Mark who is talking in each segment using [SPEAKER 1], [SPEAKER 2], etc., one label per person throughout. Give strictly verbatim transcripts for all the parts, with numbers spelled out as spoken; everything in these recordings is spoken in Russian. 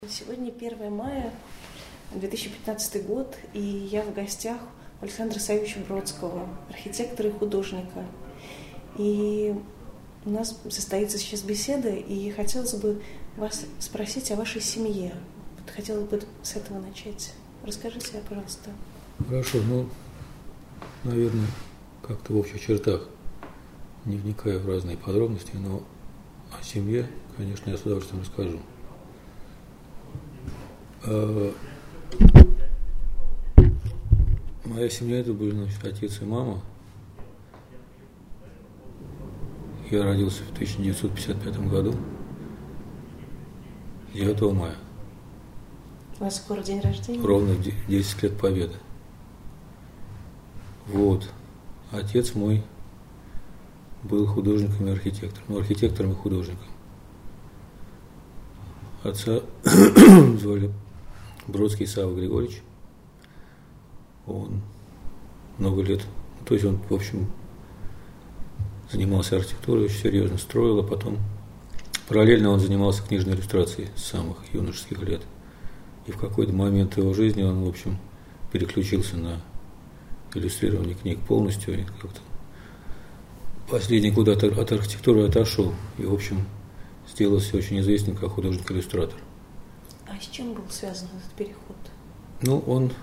[SPEAKER 1] Сегодня первое мая, две тысячи пятнадцатый год, и я в гостях у Александра Савича Бродского, архитектора и художника. И у нас состоится сейчас беседа, и хотелось бы вас спросить о вашей семье. Вот хотелось бы с этого начать. Расскажите, пожалуйста.
[SPEAKER 2] Хорошо, ну, наверное, как-то в общих чертах, не вникая в разные подробности, но о семье, конечно, я с удовольствием расскажу. Моя семья — это были, значит, отец и мама. Я родился в тысяча девятьсот пятьдесят пятом году, девятого мая.
[SPEAKER 1] У вас скоро день рождения?
[SPEAKER 2] Ровно десять лет Победы. Вот. Отец мой был художником и архитектором. Ну, архитектором и художником. Отца звали Бродский Савва Григорьевич. Он много лет, то есть он, в общем, занимался архитектурой, очень серьезно строил, а потом параллельно он занимался книжной иллюстрацией с самых юношеских лет. И в какой-то момент его жизни он, в общем, переключился на иллюстрирование книг полностью, и как-то последний год от, от архитектуры отошел, и, в общем, сделался очень известным как художник-иллюстратор.
[SPEAKER 1] А с чем был связан этот переход?
[SPEAKER 2] Ну, он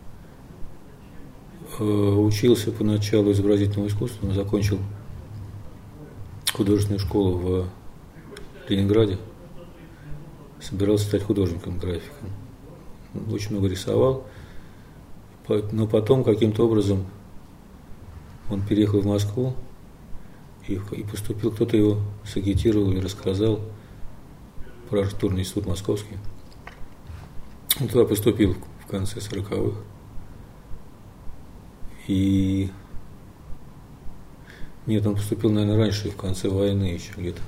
[SPEAKER 2] э, учился поначалу изобразительному искусству, он закончил художественную школу в Ленинграде, собирался стать художником-графиком. Очень много рисовал, но потом каким-то образом он переехал в Москву и, и поступил, кто-то его сагитировал и рассказал про архитектурный институт московский. Он туда поступил в конце сороковых. И нет, он поступил, наверное, раньше, в конце войны еще где-то.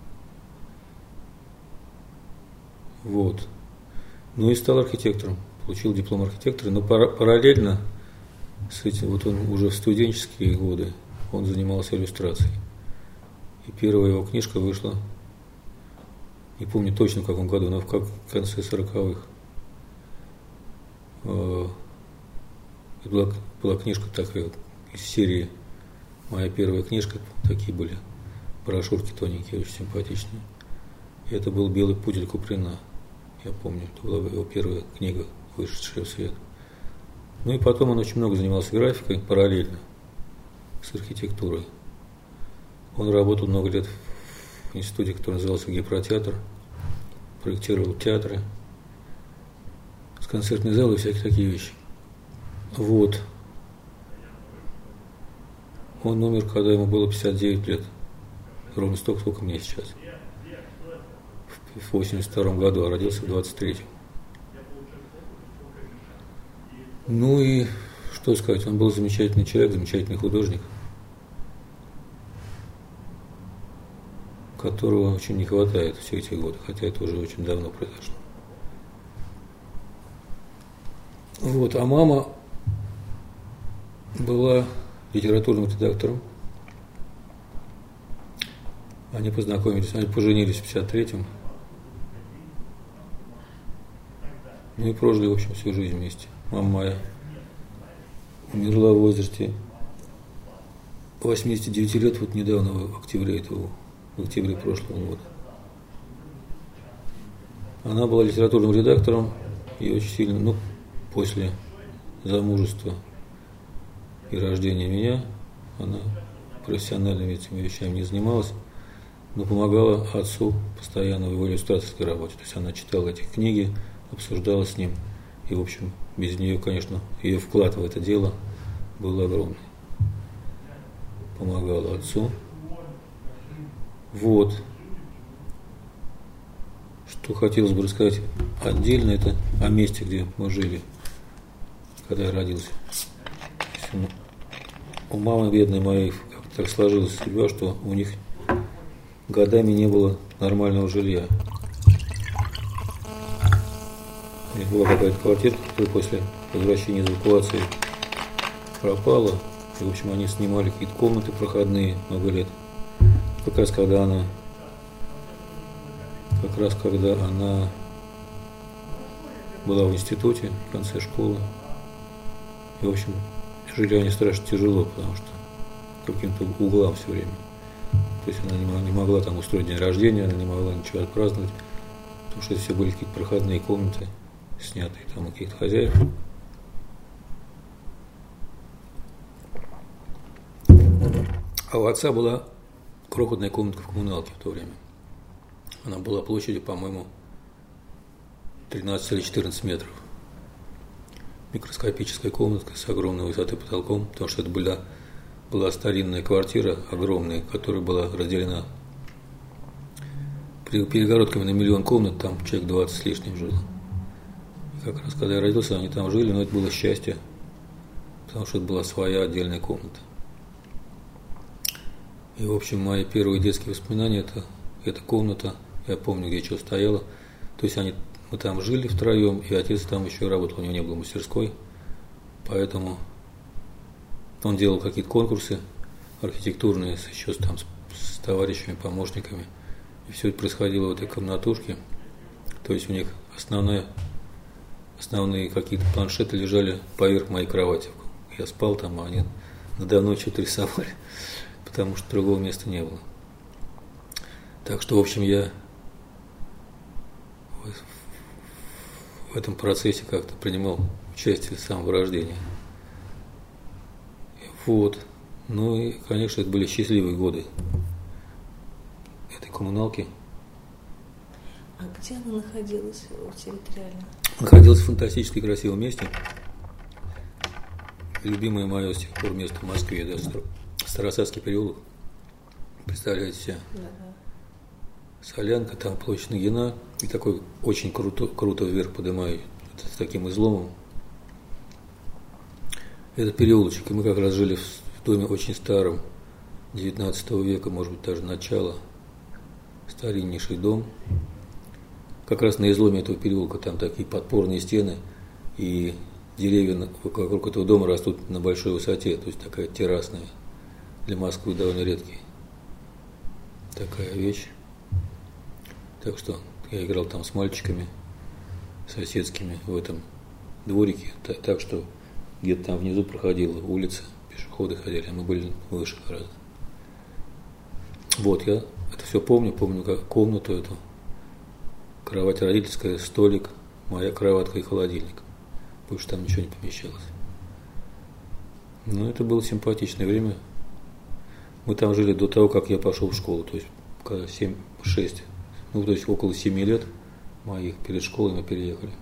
[SPEAKER 2] Вот. Ну и стал архитектором. Получил диплом архитектора, но параллельно с этим, вот он уже в студенческие годы, он занимался иллюстрацией. И первая его книжка вышла, не помню точно в каком году, но в конце сороковых. Это была, была книжка такая вот из серии, моя первая книжка, такие были брошюрки тоненькие, очень симпатичные. И это был «Белый пудель Куприна», я помню, это была его первая книга, вышедшая в свет. Ну и потом он очень много занимался графикой параллельно с архитектурой. Он работал много лет в институте, который назывался Гипротеатр, проектировал театры, с концертной залы и всякие такие вещи. Вот. Он умер, когда ему было пятьдесят девять лет, ровно столько, сколько мне сейчас. В восемьдесят втором году, а родился в двадцать третьем. Ну и что сказать, он был замечательный человек, замечательный художник, которого очень не хватает все эти годы, хотя это уже очень давно произошло. Вот, а мама была литературным редактором. Они познакомились, они поженились в пятьдесят третьем. Ну и прожили, в общем, всю жизнь вместе. Мама моя умерла в возрасте восьмидесяти девяти лет, вот недавно, в октябре этого, в октябре прошлого года. Она была литературным редактором и очень сильно, ну, после замужества и рождения меня, она профессиональными этими вещами не занималась, но помогала отцу постоянно в его иллюстраторской работе. То есть она читала эти книги, обсуждала с ним, и, в общем, без нее, конечно, ее вклад в это дело был огромный. Помогала отцу. Вот. Что хотелось бы рассказать отдельно, это о месте, где мы жили, когда я родился. У мамы бедной моей как-то так сложилась судьба, что у них годами не было нормального жилья. У них была какая-то квартирка, которая после возвращения из эвакуации пропала. И, в общем, они снимали какие-то комнаты проходные много лет. Как раз когда она, как раз когда она была в институте в конце школы. И, в общем, жили они страшно тяжело, потому что каким-то углам все время. То есть она не могла там устроить день рождения, она не могла ничего отпраздновать, потому что это все были какие-то проходные комнаты, снятые там у каких-то хозяев. А у отца была крохотная комнатка в коммуналке в то время. Она была площадью, по-моему, тринадцать или четырнадцать метров. Микроскопическая комнатка с огромной высотой потолком, потому что это была, была старинная квартира, огромная, которая была разделена перегородками на миллион комнат, там человек двадцать с лишним жило. И как раз когда я родился, они там жили, но это было счастье, потому что это была своя отдельная комната. И, в общем, мои первые детские воспоминания – это эта комната, я помню, где что стояло. То есть они, мы там жили втроем, и отец там еще работал, у него не было мастерской, поэтому он делал какие-то конкурсы архитектурные еще там с, с товарищами, помощниками. И все это происходило в этой комнатушке. То есть у них основные, основные какие-то планшеты лежали поверх моей кровати. Я спал там, а они надо мной что-то рисовали, потому что другого места не было. Так что, в общем, я в этом процессе как-то принимал участие с самого рождения. Вот. Ну и, конечно, это были счастливые годы этой коммуналки.
[SPEAKER 1] А где она находилась территориально?
[SPEAKER 2] Находилась в фантастически красивом месте. Любимое мое с тех пор место в Москве, да, Старосадский переулок. Представляете себе? Да. Солянка, там площадь Нагина, и такой очень круто, круто вверх поднимаю с таким изломом. Это переулочек, и мы как раз жили в доме очень старом, девятнадцатого века, может быть, даже начала, стариннейший дом. Как раз на изломе этого переулка там такие подпорные стены, и деревья вокруг этого дома растут на большой высоте, то есть такая террасная, для Москвы довольно редкий. Такая вещь. Так что я играл там с мальчиками соседскими в этом дворике, так, так что где-то там внизу проходила улица, пешеходы ходили, а мы были выше гораздо. Вот, я это все помню, помню как комнату эту, кровать родительская, столик, моя кроватка и холодильник, больше там ничего не помещалось. Но это было симпатичное время. Мы там жили до того, как я пошел в школу, то есть когда семь-шесть. Ну, то есть около семи лет моих перед школой мы переехали.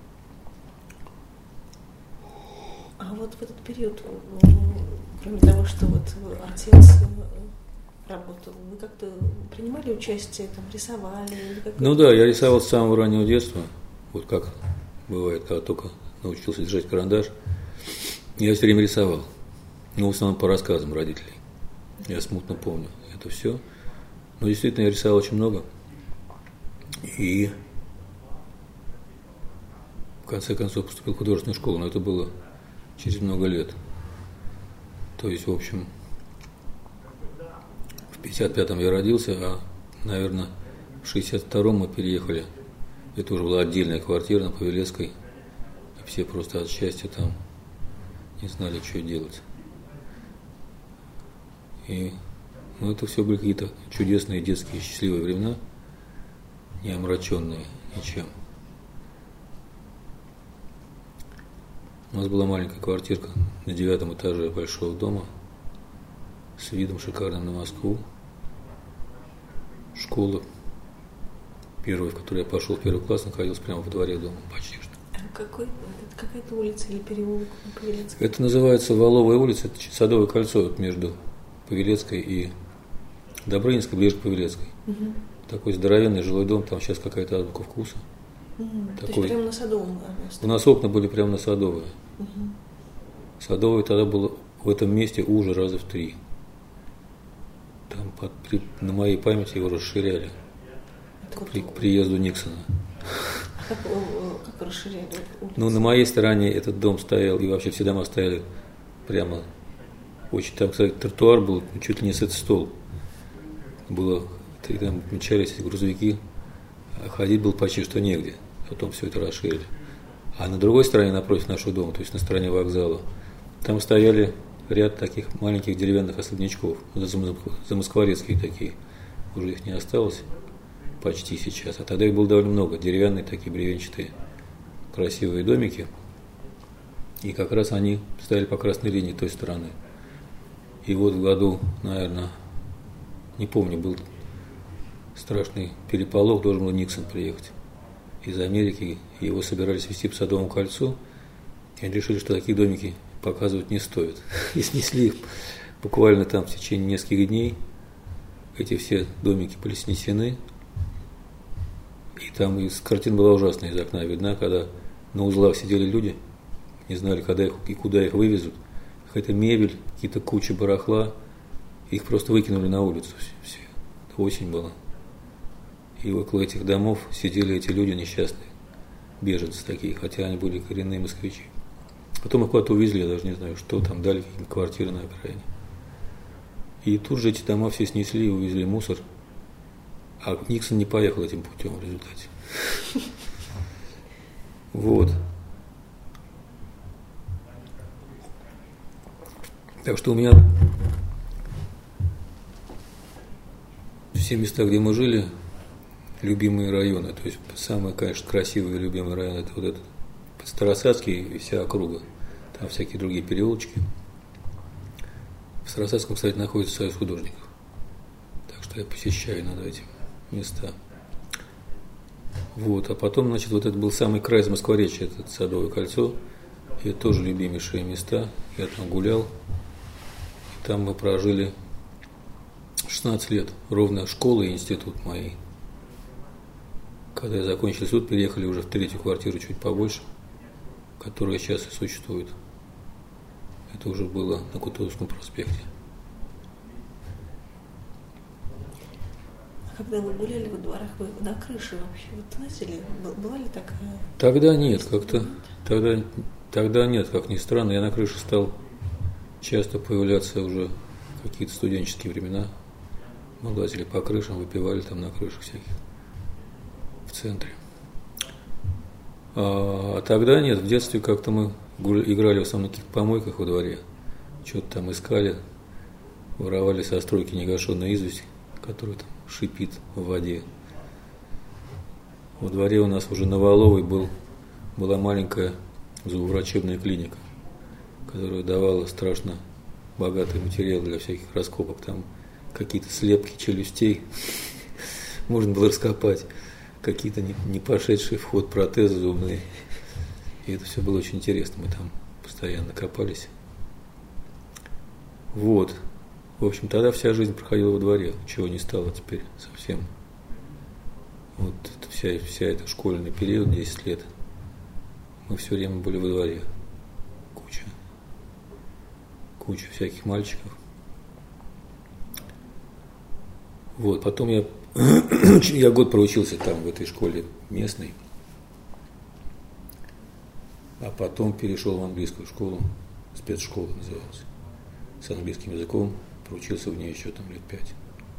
[SPEAKER 1] А вот в этот период, кроме того, что вот отец работал, вы как-то принимали участие, там, рисовали?
[SPEAKER 2] Ну да, я рисовал с самого раннего детства. Вот как бывает, когда только научился держать карандаш. Я все время рисовал. Ну, в основном по рассказам родителей. Я смутно помню это все. Но действительно я рисовал очень много. И в конце концов поступил в художественную школу, но это было через много лет. То есть, в общем, в пятьдесят пятом я родился, а, наверное, в шестьдесят втором мы переехали. Это уже была отдельная квартира на Павелецкой. И все просто от счастья там не знали, что делать. И ну, это все были какие-то чудесные детские счастливые времена, не омраченные ничем. У нас была маленькая квартирка на девятом этаже большого дома с видом шикарным на Москву. Школа первая, в которую я пошел в первый класс, находилась прямо во дворе дома почти что.
[SPEAKER 1] А какой, какая-то улица или переулок Павелецкой?
[SPEAKER 2] Это называется Воловая улица, это Садовое кольцо между Павелецкой и Добрынинской, ближе к Павелецкой. Угу. Такой здоровенный жилой дом, там сейчас какая-то азбука вкуса.
[SPEAKER 1] Угу. Такой... То есть прямо на Садовом?
[SPEAKER 2] У нас окна были прямо на Садовой. Угу. Садовой тогда было в этом месте уже раза в три. Там под, при, на моей памяти его расширяли при, к приезду Никсона.
[SPEAKER 1] А как, как расширяли улицу?
[SPEAKER 2] Ну, на моей стороне этот дом стоял, и вообще все дома стояли прямо очень, там, кстати, тротуар был чуть ли не с этот стол. Было, там мчались грузовики, а ходить было почти что негде. Потом все это расширили. А на другой стороне, напротив нашего дома, то есть на стороне вокзала, там стояли ряд таких маленьких деревянных особнячков, замоскворецкие такие, уже их не осталось почти сейчас, а тогда их было довольно много, деревянные такие бревенчатые красивые домики, и как раз они стояли по красной линии той стороны. И вот в году, наверное, не помню, был страшный переполох, должен был Никсон приехать из Америки, его собирались везти по Садовому кольцу, и они решили, что такие домики показывать не стоит. И снесли их буквально там в течение нескольких дней. Эти все домики были снесены. И там из картина была ужасная, из окна видна, когда на узлах сидели люди, не знали, когда их и куда их вывезут. Какая-то мебель, какие-то кучи барахла. Их просто выкинули на улицу. Все. Осень была. И около этих домов сидели эти люди несчастные, беженцы такие, хотя они были коренные москвичи. Потом их куда-то увезли, я даже не знаю, что там, дали какие-то квартиры на окраине. И тут же эти дома все снесли и увезли мусор. А Никсон не поехал этим путем в результате. Вот. Так что у меня все места, где мы жили, любимые районы. То есть самые, конечно, красивые любимые районы — это вот этот Старосадский и вся округа. Там всякие другие переулочки. В Старосадском, кстати, находится Союз художников. Так что я посещаю иногда эти места. Вот. А потом, значит, вот это был самый край Замоскворечья, это Садовое кольцо. И это тоже любимейшие места. Я там гулял. И там мы прожили шестнадцать лет. Ровно школа и институт моей. Когда я закончил институт, переехали уже в третью квартиру, чуть побольше, которая сейчас и существует. Это уже было на Кутузовском проспекте.
[SPEAKER 1] А когда вы гуляли во дворах, вы на крыше вообще вот лазили? Была ли такая?
[SPEAKER 2] Тогда нет, как-то. Тогда, тогда нет, как ни странно. Я на крыше стал часто появляться уже в какие-то студенческие времена. Мы лазили по крышам, выпивали там на крышах всяких. В центре. А, а тогда нет, в детстве как-то мы играли в основном на каких-то помойках во дворе, что-то там искали, воровали со стройки негашенную известь, которая там шипит в воде. Во дворе у нас уже на Воловой был, была маленькая зубоврачебная клиника, которая давала страшно богатый материал для всяких раскопок. Там какие-то слепки челюстей можно было раскопать, какие-то не, не пошедшие в ход протезы зубные. И это все было очень интересно. Мы там постоянно копались. Вот. В общем, тогда вся жизнь проходила во дворе, чего не стало теперь совсем. Вот это вся, вся эта школьный период, десять лет, мы все время были во дворе. Куча. Куча всяких мальчиков. Вот. Потом я Я год проучился там, в этой школе местной, а потом перешел в английскую школу, спецшкола называлась, с английским языком, проучился в ней еще там лет пять.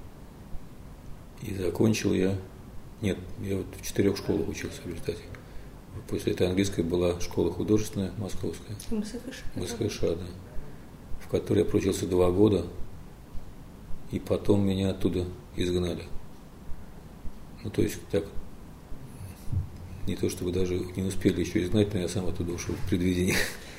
[SPEAKER 2] И закончил я, нет, я вот в четырех школах учился в результате. После этой английской была школа художественная, московская, МСХШ, да, в которой я проучился два года, и потом меня оттуда изгнали. Ну, то есть, так, не то чтобы даже не успели еще изгнать, но я сам оттуда ушел в предвидении.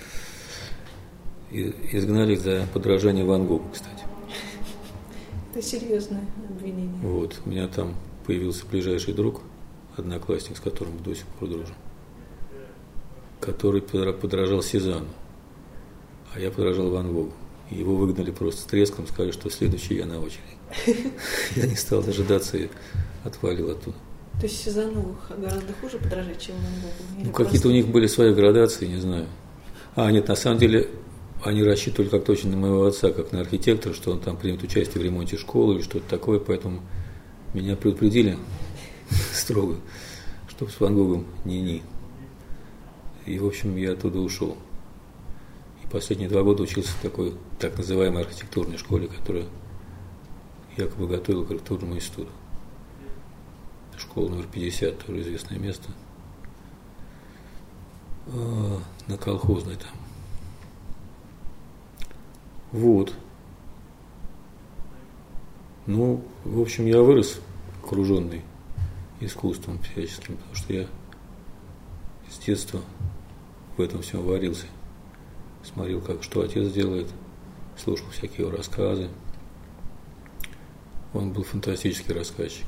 [SPEAKER 2] И изгнали за подражание Ван Гогу, кстати.
[SPEAKER 1] Это серьезное обвинение.
[SPEAKER 2] Вот, у меня там появился ближайший друг, одноклассник, с которым мы до сих пор дружим, который подражал Сезанну, а я подражал Ван Гогу. И его выгнали просто с треском, сказали, что следующий я на очереди. Я не стал дожидаться и отвалил оттуда.
[SPEAKER 1] То есть Сезанну гораздо хуже подражать, чем Ван Гогу?
[SPEAKER 2] Ну, какие-то у них были свои градации, не знаю. А, нет, на самом деле, они рассчитывали как-то очень на моего отца, как на архитектора, что он там примет участие в ремонте школы или что-то такое, поэтому меня предупредили строго, чтобы с Ван Гогом ни-ни. И, в общем, я оттуда ушел. Последние два года учился в такой так называемой архитектурной школе, которая якобы готовила к архитектурному институту. Школа номер пятьдесят, тоже известное место. э, на колхозной там. Вот. Ну, в общем, я вырос окруженный искусством всяческим, потому что я с детства в этом всем варился. Смотрел, как, что отец делает, слушал всякие его рассказы. Он был фантастический рассказчик.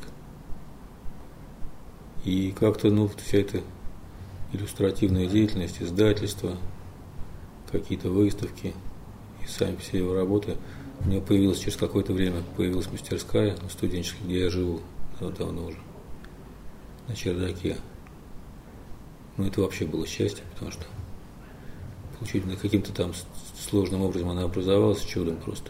[SPEAKER 2] И как-то, ну, вся эта иллюстративная деятельность, издательство, какие-то выставки и сами все его работы. У меня появилась через какое-то время, появилась мастерская студенческая, где я живу давно уже, на чердаке. Ну, это вообще было счастье, потому что получить каким-то там сложным образом она образовалась, чудом просто.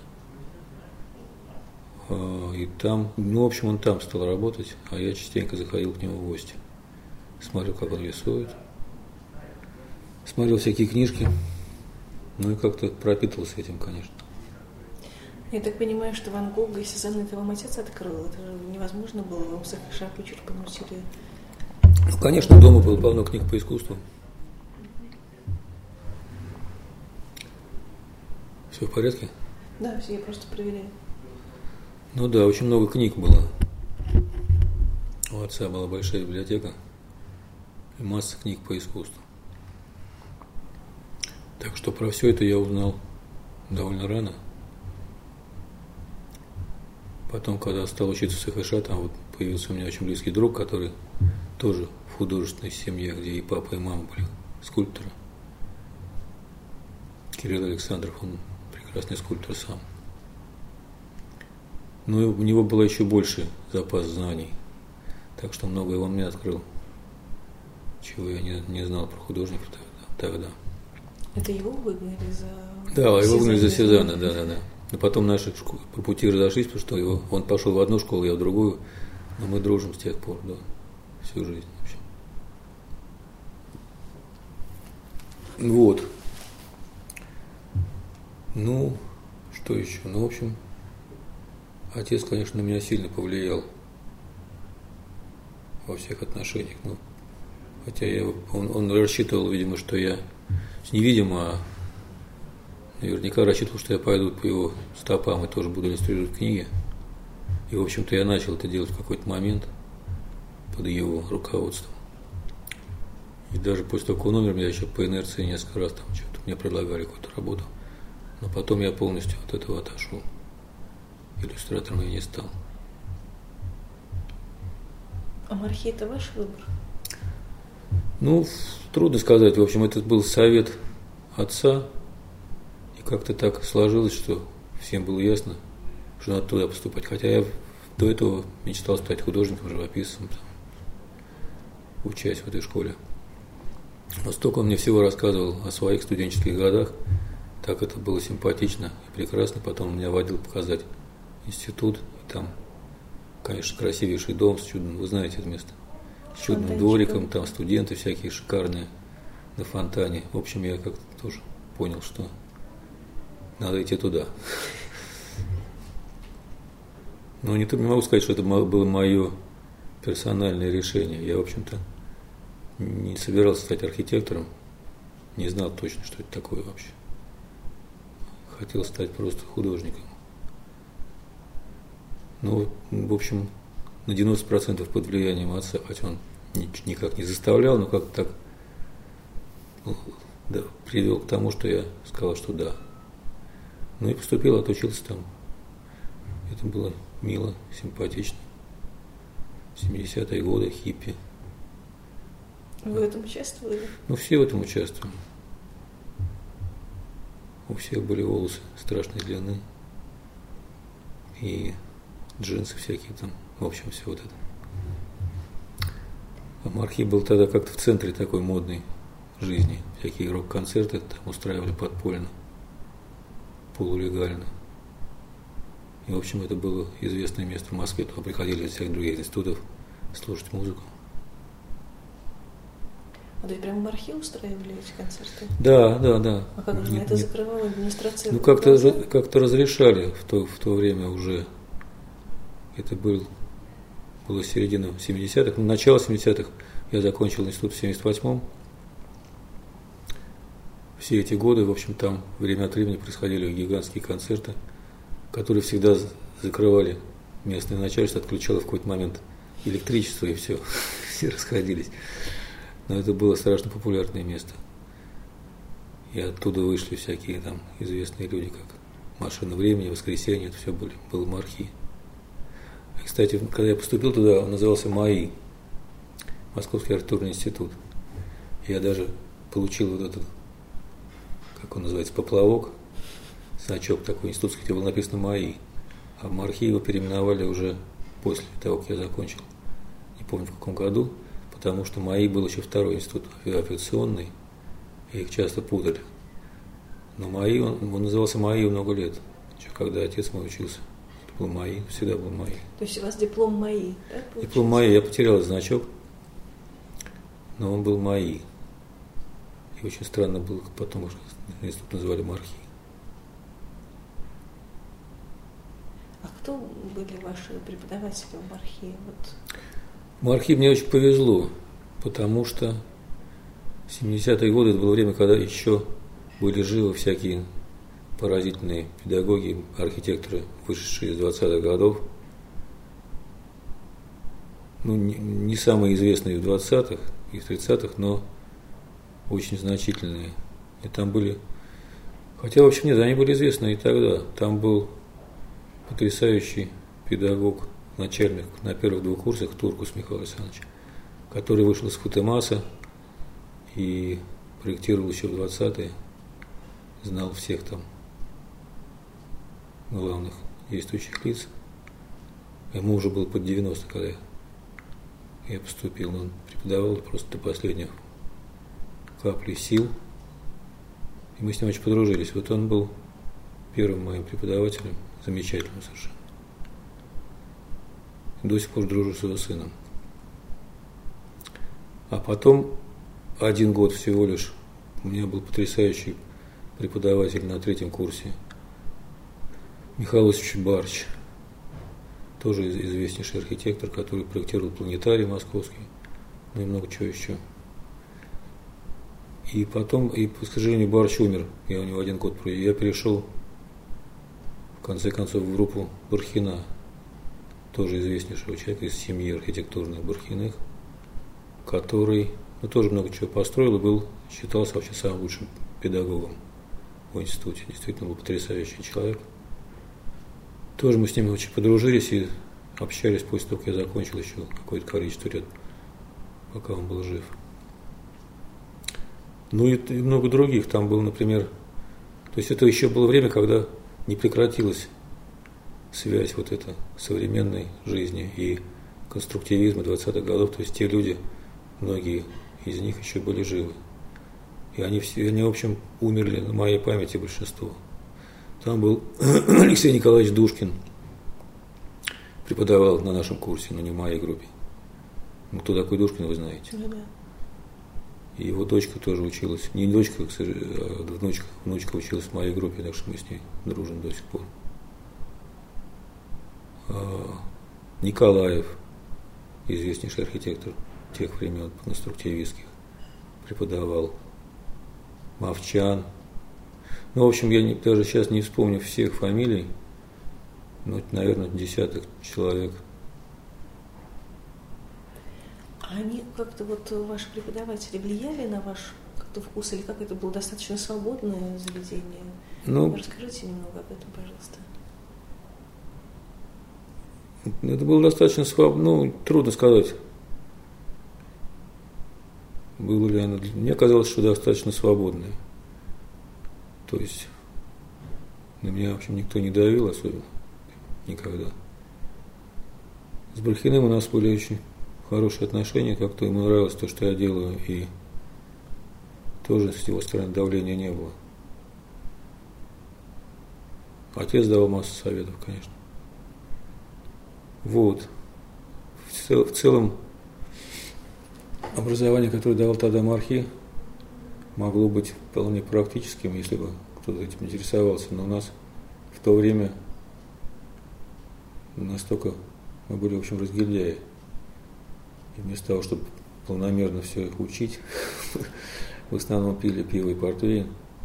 [SPEAKER 2] И там, ну, в общем, он там стал работать, а я частенько заходил к нему в гости. Смотрел, как он рисует, смотрел всякие книжки, ну и как-то пропитывался этим, конечно.
[SPEAKER 1] Я так понимаю, что Ван Гога и Сезанна это вам отец открыл? Это же невозможно было вам с СХШ почерпнуть или...
[SPEAKER 2] Ну, конечно, дома было полно книг по искусству. Все в порядке?
[SPEAKER 1] Да, все, я просто проверяю.
[SPEAKER 2] Ну да, очень много книг было. У отца была большая библиотека и масса книг по искусству. Так что про все это я узнал довольно рано. Потом, когда стал учиться в СХШ, там вот появился у меня очень близкий друг, который тоже в художественной семье, где и папа, и мама были скульпторы. Кирилл Александров, он прекрасный скульптор сам. Но у него было еще больше запас знаний, так что многое он мне открыл, чего я не, не знал про художников тогда.
[SPEAKER 1] Это его выгнали за...
[SPEAKER 2] Да, его выгнали за Сезанна, да, да, да. Но потом наши по пути разошлись, потому что его, он пошел в одну школу, я в другую, но мы дружим с тех пор, да, всю жизнь вообще. Вот. Ну, что еще? Ну, в общем, отец, конечно, на меня сильно повлиял во всех отношениях. Ну, хотя я, он, он рассчитывал, видимо, что я невидимо, а наверняка рассчитывал, что я пойду по его стопам и тоже буду иллюстрировать книги. И, в общем-то, я начал это делать в какой-то момент под его руководством. И даже после того, как он умер, я еще по инерции несколько раз там что-то мне предлагали какую-то работу. Но потом я полностью от этого отошел. Иллюстратором я не стал.
[SPEAKER 1] А мархи это ваш выбор?
[SPEAKER 2] Ну, трудно сказать. В общем, это был совет отца. И как-то так сложилось, что всем было ясно, что надо туда поступать. Хотя я до этого мечтал стать художником, живописцем, там, учась в этой школе. Но столько он мне всего рассказывал о своих студенческих годах. Так это было симпатично и прекрасно. Потом он меня водил показать институт. И там, конечно, красивейший дом с чудным, вы знаете это место, с чудным Фонтанчиком. Двориком, там студенты всякие шикарные на фонтане. В общем, я как-то тоже понял, что надо идти туда. Но не могу сказать, что это было мое персональное решение. Я, в общем-то, не собирался стать архитектором, не знал точно, что это такое вообще. Хотел стать просто художником. Ну, в общем, на девяносто процентов под влиянием отца, хотя он никак не заставлял, но как-то так, ну, да, привел к тому, что я сказал, что да. Ну и поступил, отучился там. Это было мило, симпатично. семидесятые годы, хиппи.
[SPEAKER 1] Вы в этом участвовали?
[SPEAKER 2] Ну, все в этом участвовали. У всех были волосы страшной длины. И джинсы всякие там. В общем, все вот это. А мархи был тогда как-то в центре такой модной жизни. Всякие рок-концерты там устраивали подпольно, полулегально. И, в общем, это было известное место в Москве. Туда приходили из всех других институтов слушать музыку.
[SPEAKER 1] А то есть прямо в мархи устраивали эти концерты?
[SPEAKER 2] Да, да, да.
[SPEAKER 1] А как же это закрывала администрация?
[SPEAKER 2] Ну, как-то, как-то разрешали в то, в то время уже. Это был, было середина семидесятых, ну, начало семидесятых. Я закончил институт в семьдесят восьмом. все эти годы, в общем, там время от времени происходили гигантские концерты, которые всегда закрывали местное начальство, отключало в какой-то момент электричество, и все, все расходились. Но это было страшно популярное место. И оттуда вышли всякие там известные люди, как «Машина времени», «Воскресенье», это все были, был Мархи. И, кстати, когда я поступил туда, он назывался МАИ, Московский архитектурный институт. Я даже получил вот этот, как он называется, поплавок, значок такой институтский, где было написано МАИ. А в Мархи его переименовали уже после того, как я закончил. Не помню в каком году, потому что МАИ был еще второй институт авиационный, и их часто путали. Но МАИ, он, он назывался МАИ много лет, еще когда отец мой учился. Это был МАИ, всегда был МАИ.
[SPEAKER 1] То есть у вас диплом МАИ, да?
[SPEAKER 2] Диплом МАИ, я потерял этот значок, но он был МАИ. И очень странно было, потом уже институт называли Мархи.
[SPEAKER 1] А кто были ваши преподаватели в Мархи? Вот.
[SPEAKER 2] В Мархи мне очень повезло, потому что в семидесятые годы это было время, когда еще были живы всякие поразительные педагоги, архитекторы, вышедшие из двадцатых годов. Ну, не, не самые известные в двадцатых и в тридцатых, но очень значительные. И там были, хотя, в общем, нет, они были известны и тогда. Там был потрясающий педагог, начальник на первых двух курсах Туркус Михаил Александрович, который вышел из Футемаса и проектировал еще в двадцатые, знал всех там главных действующих лиц. Ему уже было под девяносто, когда я, я поступил, но он преподавал просто до последних капли сил. И мы с ним очень подружились. Вот он был первым моим преподавателем, замечательным совершенно. До сих пор дружу с его сыном. А потом один год всего лишь у меня был потрясающий преподаватель на третьем курсе Михаил Иосифович Барч, тоже известнейший архитектор, который проектировал планетарий московский, ну и много чего еще. И потом, и, к сожалению, Барч умер, я у него один год провел. Я перешел, в конце концов, в группу Бархина, тоже известнейшего человека из семьи архитектурных Бархиных, который, ну, тоже много чего построил и был, считался вообще самым лучшим педагогом в институте. Действительно был потрясающий человек. Тоже мы с ним очень подружились и общались после того, как я закончил еще какое-то количество лет, пока он был жив. Ну и, и много других. Там был, например, то есть это еще было время, когда не прекратилась связь вот этой современной жизни и конструктивизма двадцатых годов. То есть те люди, многие из них еще были живы. И они все, они, в общем, умерли на моей памяти большинство. Там был Алексей Николаевич Душкин, преподавал на нашем курсе, но не в моей группе. Ну, кто такой Душкин, вы знаете.
[SPEAKER 1] Ну, да.
[SPEAKER 2] И его дочка тоже училась. Не дочка, а внучка. Внучка училась в моей группе, так что мы с ней дружим до сих пор. А Николаев, известнейший архитектор тех времен конструктивистских, преподавал. Мовчан. Ну, в общем, я не, даже сейчас не вспомню всех фамилий, но, наверное, десяток человек.
[SPEAKER 1] А они как-то вот ваши преподаватели влияли на ваш как-то вкус, или как это было достаточно свободное заведение?
[SPEAKER 2] Ну,
[SPEAKER 1] расскажите немного об этом, пожалуйста.
[SPEAKER 2] Это было достаточно свободно, ну, трудно сказать. Было ли оно... Мне казалось, что достаточно свободное. То есть на меня, в общем, никто не давил особенно. Никогда. С Бархиным у нас были очень хорошие отношения, как-то ему нравилось то, что я делаю, и тоже с его стороны давления не было. Отец давал массу советов, конечно. Вот. В, цел, в целом образование, которое давал тогда Мархи, могло быть вполне практическим, если бы кто-то этим интересовался. Но у нас в то время настолько мы были, в общем, разгильдяи. И вместо того, чтобы полномерно все их учить, в основном пили пиво и портвейн.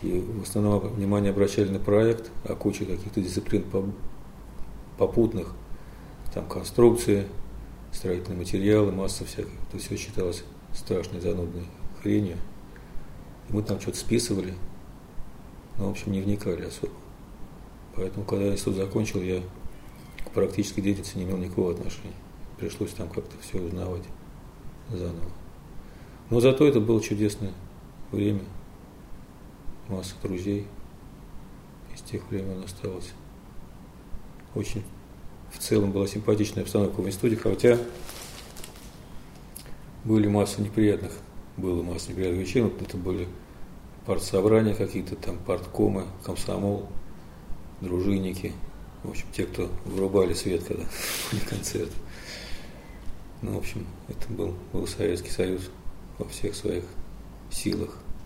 [SPEAKER 2] И в основном внимание обращали на проект, а куча каких-то дисциплин попутных, там конструкции, строительные материалы, масса всяких. Это все считалось страшной занудной хренью. И мы там что-то списывали, но, в общем, не вникали особо. Поэтому, когда я институт закончил, я к практической деятельности не имел никакого отношения. Пришлось там как-то все узнавать заново. Но зато это было чудесное время. Масса друзей из тех времен осталось. Очень в целом была симпатичная обстановка в институте, хотя были масса неприятных, было масса неприятных вечеров. Это были партсобрания какие-то, там парткомы, комсомол, дружинники. В общем, те, кто вырубали свет, когда были концерты. Ну, в общем, это был, был Советский Союз во всех своих силах.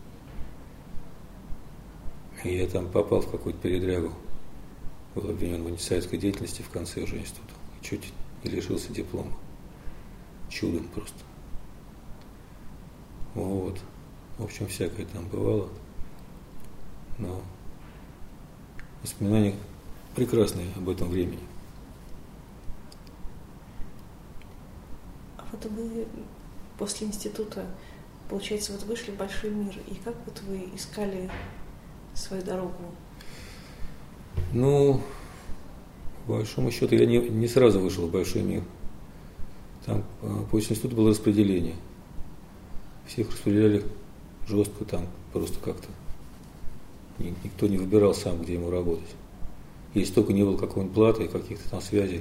[SPEAKER 2] И я там попал в какую-то передрягу. Был обвинен в антисоветской деятельности в конце уже института. И чуть не лишился диплома. Чудом просто. Вот. В общем, всякое там бывало. Но воспоминания прекрасные об этом времени.
[SPEAKER 1] А вот вы после института, получается, вот вышли в большой мир. И как вот вы искали свою дорогу?
[SPEAKER 2] Ну, по большому счету, я не, не сразу вышел в большой мир. Там после института было распределение. Всех распределяли жестко там, просто как-то. Никто не выбирал сам, где ему работать. Если только не было какой-нибудь платы, каких-то там связей.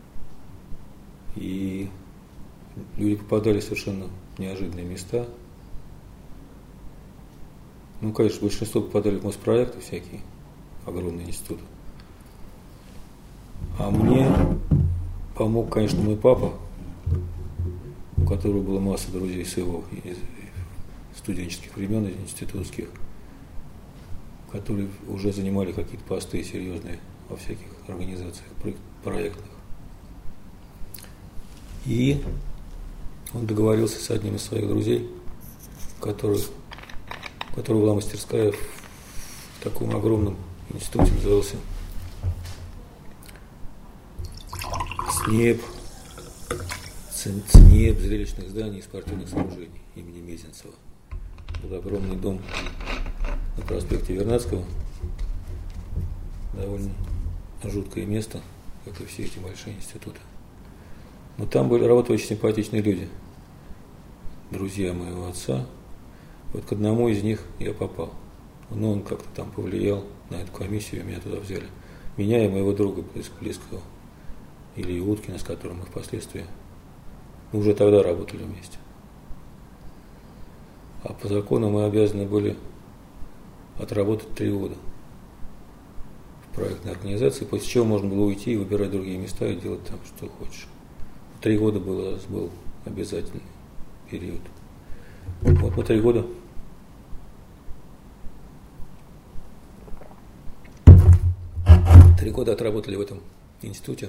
[SPEAKER 2] И люди попадали в совершенно неожиданные места. Ну, конечно, большинство попадали в Моспроекты всякие, огромные институты. А мне помог, конечно, мой папа, у которого была масса друзей с его из студенческих времен, из институтских, которые уже занимали какие-то посты серьезные во всяких организациях проектных. И он договорился с одним из своих друзей, который, у которого была мастерская в таком огромном институте, назывался СНЕП, ЦНЕП, зрелищных зданий и спортивных сооружений имени Мезенцева. Был огромный дом на проспекте Вернадского, довольно жуткое место, как и все эти большие институты. Но там были работали очень симпатичные люди, друзья моего отца. Вот к одному из них я попал. Но он как-то там повлиял на эту комиссию, меня туда взяли. Меня и моего друга близкого, Ильи Уткина, с которым мы впоследствии мы уже тогда работали вместе. А по закону мы обязаны были отработать три года в проектной организации, после чего можно было уйти и выбирать другие места и делать там, что хочешь. Три года было, был обязательный период. Вот мы три года три года отработали в этом институте,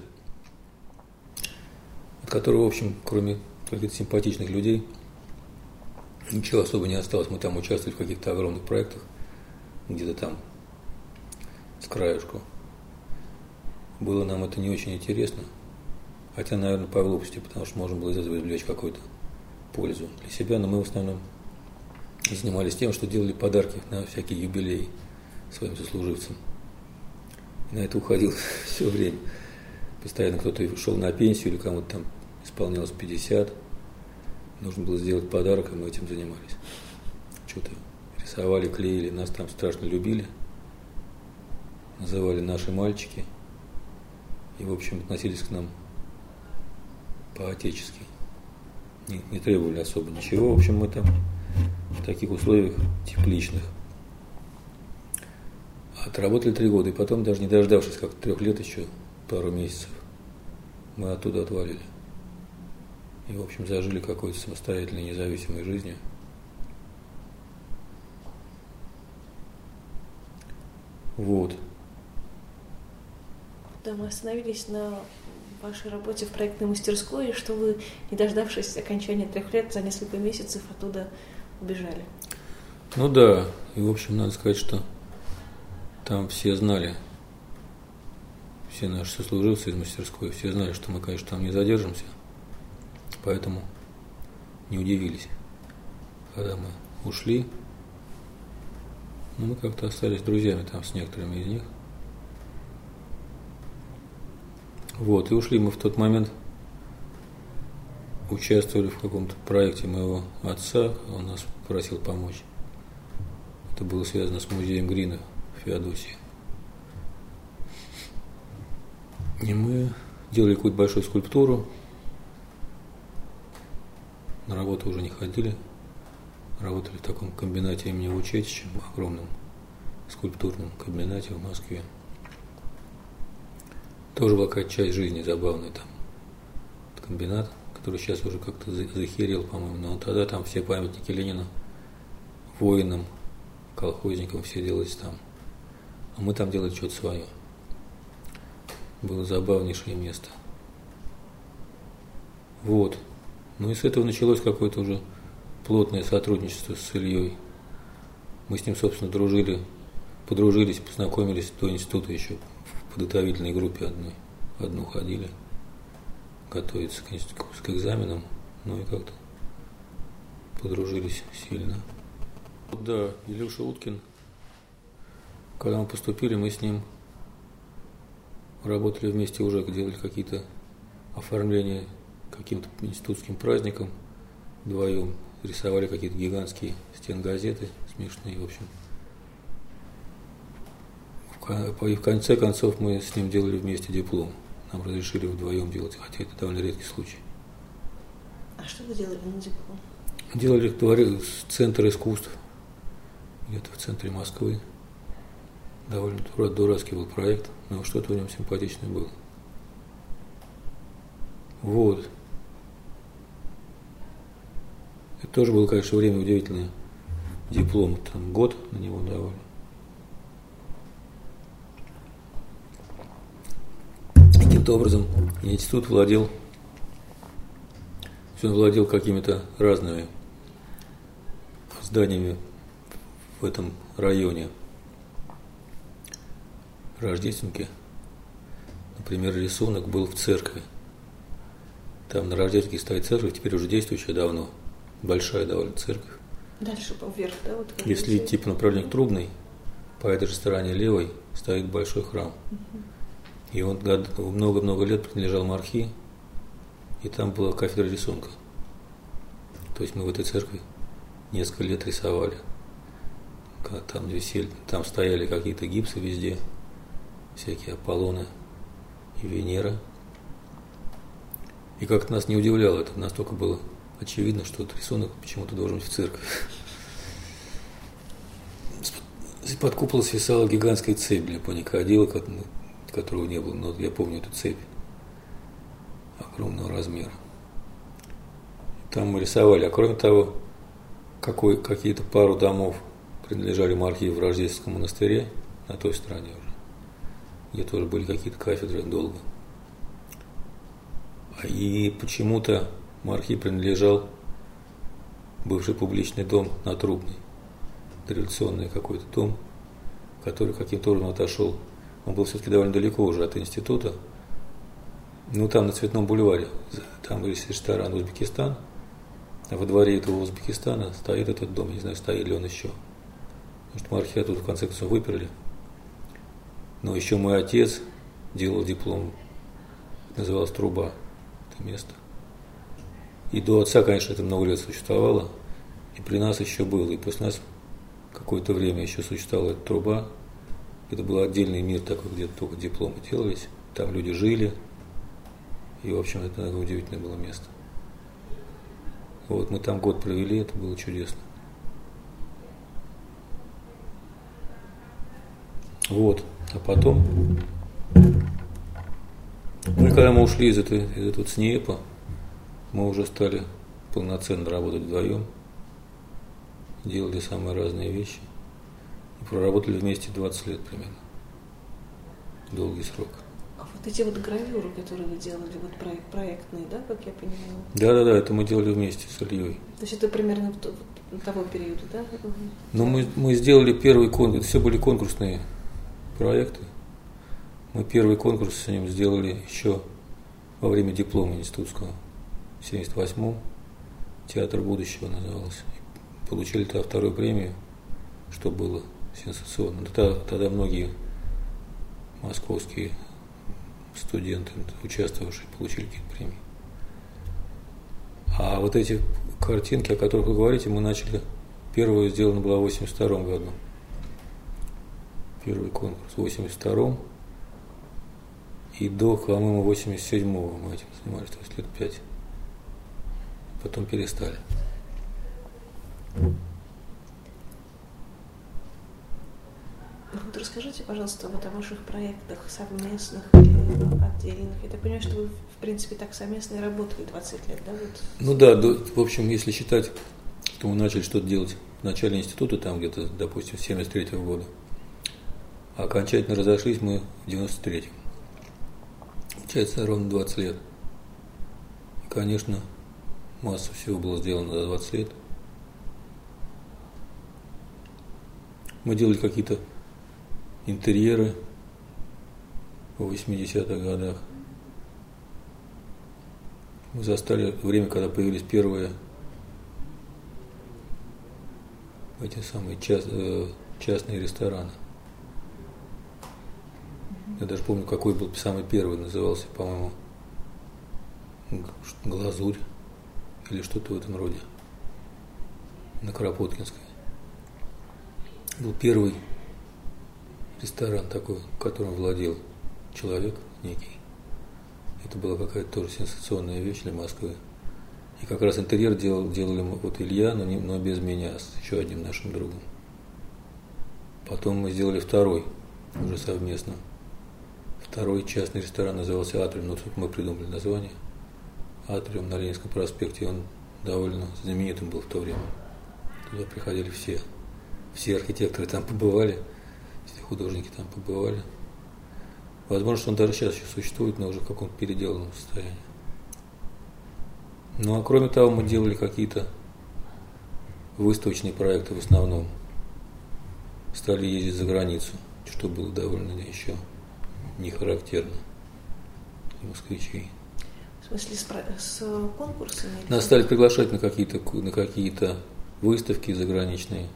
[SPEAKER 2] от которого, в общем, кроме каких-то симпатичных людей, ничего особо не осталось. Мы там участвовали в каких-то огромных проектах, где-то там с краешку. Было нам это не очень интересно, хотя, наверное, по глупости, потому что можно было из этого извлечь какую-то пользу для себя, но мы в основном занимались тем, что делали подарки на всякие юбилеи своим сослуживцам. И на это уходило все время. Постоянно кто-то шел на пенсию или кому-то там исполнялось пятьдесят. Нужно было сделать подарок, и мы этим занимались. Что-то рисовали, клеили, нас там страшно любили. Называли наши мальчики. И, в общем, относились к нам по-отечески. Не, не требовали особо ничего. В общем, мы там в таких условиях тепличных отработали три года. И потом, даже не дождавшись как трех лет, еще пару месяцев, мы оттуда отвалили. И, в общем, зажили какой-то самостоятельной, независимой жизнью. Вот.
[SPEAKER 1] Да, мы остановились на вашей работе в проектной мастерской, и что вы, не дождавшись окончания трех лет, за несколько месяцев оттуда убежали.
[SPEAKER 2] Ну да, и, в общем, надо сказать, что там все знали, все наши сослуживцы из мастерской, все знали, что мы, конечно, там не задержимся, поэтому не удивились, когда мы ушли. Но мы как-то остались друзьями там с некоторыми из них. Вот, и ушли мы в тот момент, участвовали в каком-то проекте моего отца, он нас просил помочь. Это было связано с музеем Грина в Феодосии. И мы делали какую-то большую скульптуру, на работу уже не ходили, работали в таком комбинате имени Вучетича, огромном скульптурном комбинате в Москве. Тоже была какая-то часть жизни забавная там. Этот комбинат, который сейчас уже как-то захерел, по-моему, но тогда там все памятники Ленина воинам, колхозникам все делались там. А мы там делали что-то свое. Было забавнейшее место. Вот. Ну и с этого началось какое-то уже плотное сотрудничество с Ильей. Мы с ним, собственно, дружили, подружились, познакомились до института еще в подготовительной группе одной. Одну ходили готовиться к, к экзаменам, ну и как-то подружились сильно. Да, Илюша Уткин, когда мы поступили, мы с ним работали вместе уже, делали какие-то оформления каким-то институтским праздникам вдвоем, рисовали какие-то гигантские стенгазеты смешные, в общем. И в конце концов мы с ним делали вместе диплом. Нам разрешили вдвоем делать, хотя это довольно редкий случай.
[SPEAKER 1] А что вы делали на диплом?
[SPEAKER 2] Делали в дворе Центр искусств, где-то в центре Москвы. Довольно дурацкий был проект, но что-то в нем симпатичное было. Вот. Это тоже было, конечно, время удивительное. Диплом, там год на него давали. Каким-то образом институт владел, он владел какими-то разными зданиями в этом районе. Рождественке, например, рисунок был в церкви. Там на Рождественке стоит церковь, теперь уже действующая давно, большая довольно церковь.
[SPEAKER 1] Дальше вверх, да? Вот
[SPEAKER 2] если идти по направлению к Трубной, по этой же стороне левой стоит большой храм.
[SPEAKER 1] Угу.
[SPEAKER 2] И он много-много лет принадлежал Мархи, и там была кафедра рисунка. То есть мы в этой церкви несколько лет рисовали. Там висели, там стояли какие-то гипсы везде, всякие Аполлоны и Венера. И как-то нас не удивляло это, настолько было очевидно, что этот рисунок почему-то должен быть в церкви. Под куполом свисала гигантская цепь для паникодила, которого не было, но я помню эту цепь огромного размера. Там мы рисовали, а кроме того, какой, какие-то пару домов принадлежали Мархи в Рождественском монастыре, на той стороне уже, где тоже были какие-то кафедры долго. И почему-то Мархи принадлежал бывший публичный дом на Трубной, дореволюционный какой-то дом, который каким-то образом отошел. Он был все-таки довольно далеко уже от института. Ну, там на Цветном бульваре, там есть ресторан «Узбекистан», а во дворе этого Узбекистана стоит этот дом, не знаю, стоит ли он еще. Потому что Мархи оттуда в конце концов выперли. Но еще мой отец делал диплом, называлось «Труба», это место. И до отца, конечно, это много лет существовало, и при нас еще было, и после нас какое-то время еще существовала эта труба. Это был отдельный мир такой, где только дипломы делались, там люди жили, и, в общем, это такое удивительное было место. Вот мы там год провели, это было чудесно. Вот, а потом, ну и когда мы ушли из этой, из этого ЦНИЭПа, мы уже стали полноценно работать вдвоем, делали самые разные вещи. И проработали вместе двадцать лет примерно. Долгий срок.
[SPEAKER 1] А вот эти вот гравюры, которые вы делали, вот проект, проектные, да, как я понимаю?
[SPEAKER 2] Да-да-да, это мы делали вместе с Ильей.
[SPEAKER 1] То есть это примерно в, в того периода, да?
[SPEAKER 2] Ну, мы, мы сделали первый конкурс, это все были конкурсные проекты. Мы первый конкурс с ним сделали еще во время диплома институтского. В семьдесят восьмом «Театр будущего» назывался. Получили тогда вторую премию, что было сенсационно. Тогда, тогда многие московские студенты, участвовавшие, получили какие-то премии. А вот эти картинки, о которых вы говорите, мы начали, первая сделана была в восемьдесят втором году. Первый конкурс в восемьдесят втором. И до, по-моему, восемьдесят седьмого мы этим занимались, то есть лет пять. Потом перестали.
[SPEAKER 1] Вот расскажите, пожалуйста, вот о ваших проектах совместных или отдельных. Я так понимаю, что вы, в принципе, так совместно и работали двадцать лет, да? Вот.
[SPEAKER 2] Ну да, до, в общем, если считать, что мы начали что-то делать в начале института, там где-то, допустим, с семьдесят третьего года, а окончательно разошлись мы в девяносто третьем. Получается, ровно двадцать лет. И, конечно, масса всего было сделано за двадцать лет. Мы делали какие-то интерьеры в восьмидесятых годах. Мы застали время, когда появились первые эти самые част, частные рестораны. Я даже помню, какой был самый первый, назывался, по-моему, «Глазурь» или что-то в этом роде, на Кропоткинской. Был первый ресторан такой, которым владел человек некий. Это была какая-то тоже сенсационная вещь для Москвы. И как раз интерьер делал, делали вот Илья, но, не, но без меня, с еще одним нашим другом. Потом мы сделали второй, уже совместно. Второй частный ресторан назывался «Атриум», но тут мы придумали название. «Атриум» на Ленинском проспекте, он довольно знаменитым был в то время. Туда приходили все. Все архитекторы там побывали, все художники там побывали. Возможно, что он даже сейчас еще существует, но уже в каком-то переделанном состоянии. Ну а кроме того, мы делали какие-то выставочные проекты в основном. Стали ездить за границу, что было довольно еще не характерно для москвичей.
[SPEAKER 1] В смысле, с, с конкурсами?
[SPEAKER 2] Нас стали приглашать на какие-то, на какие-то выставки заграничные.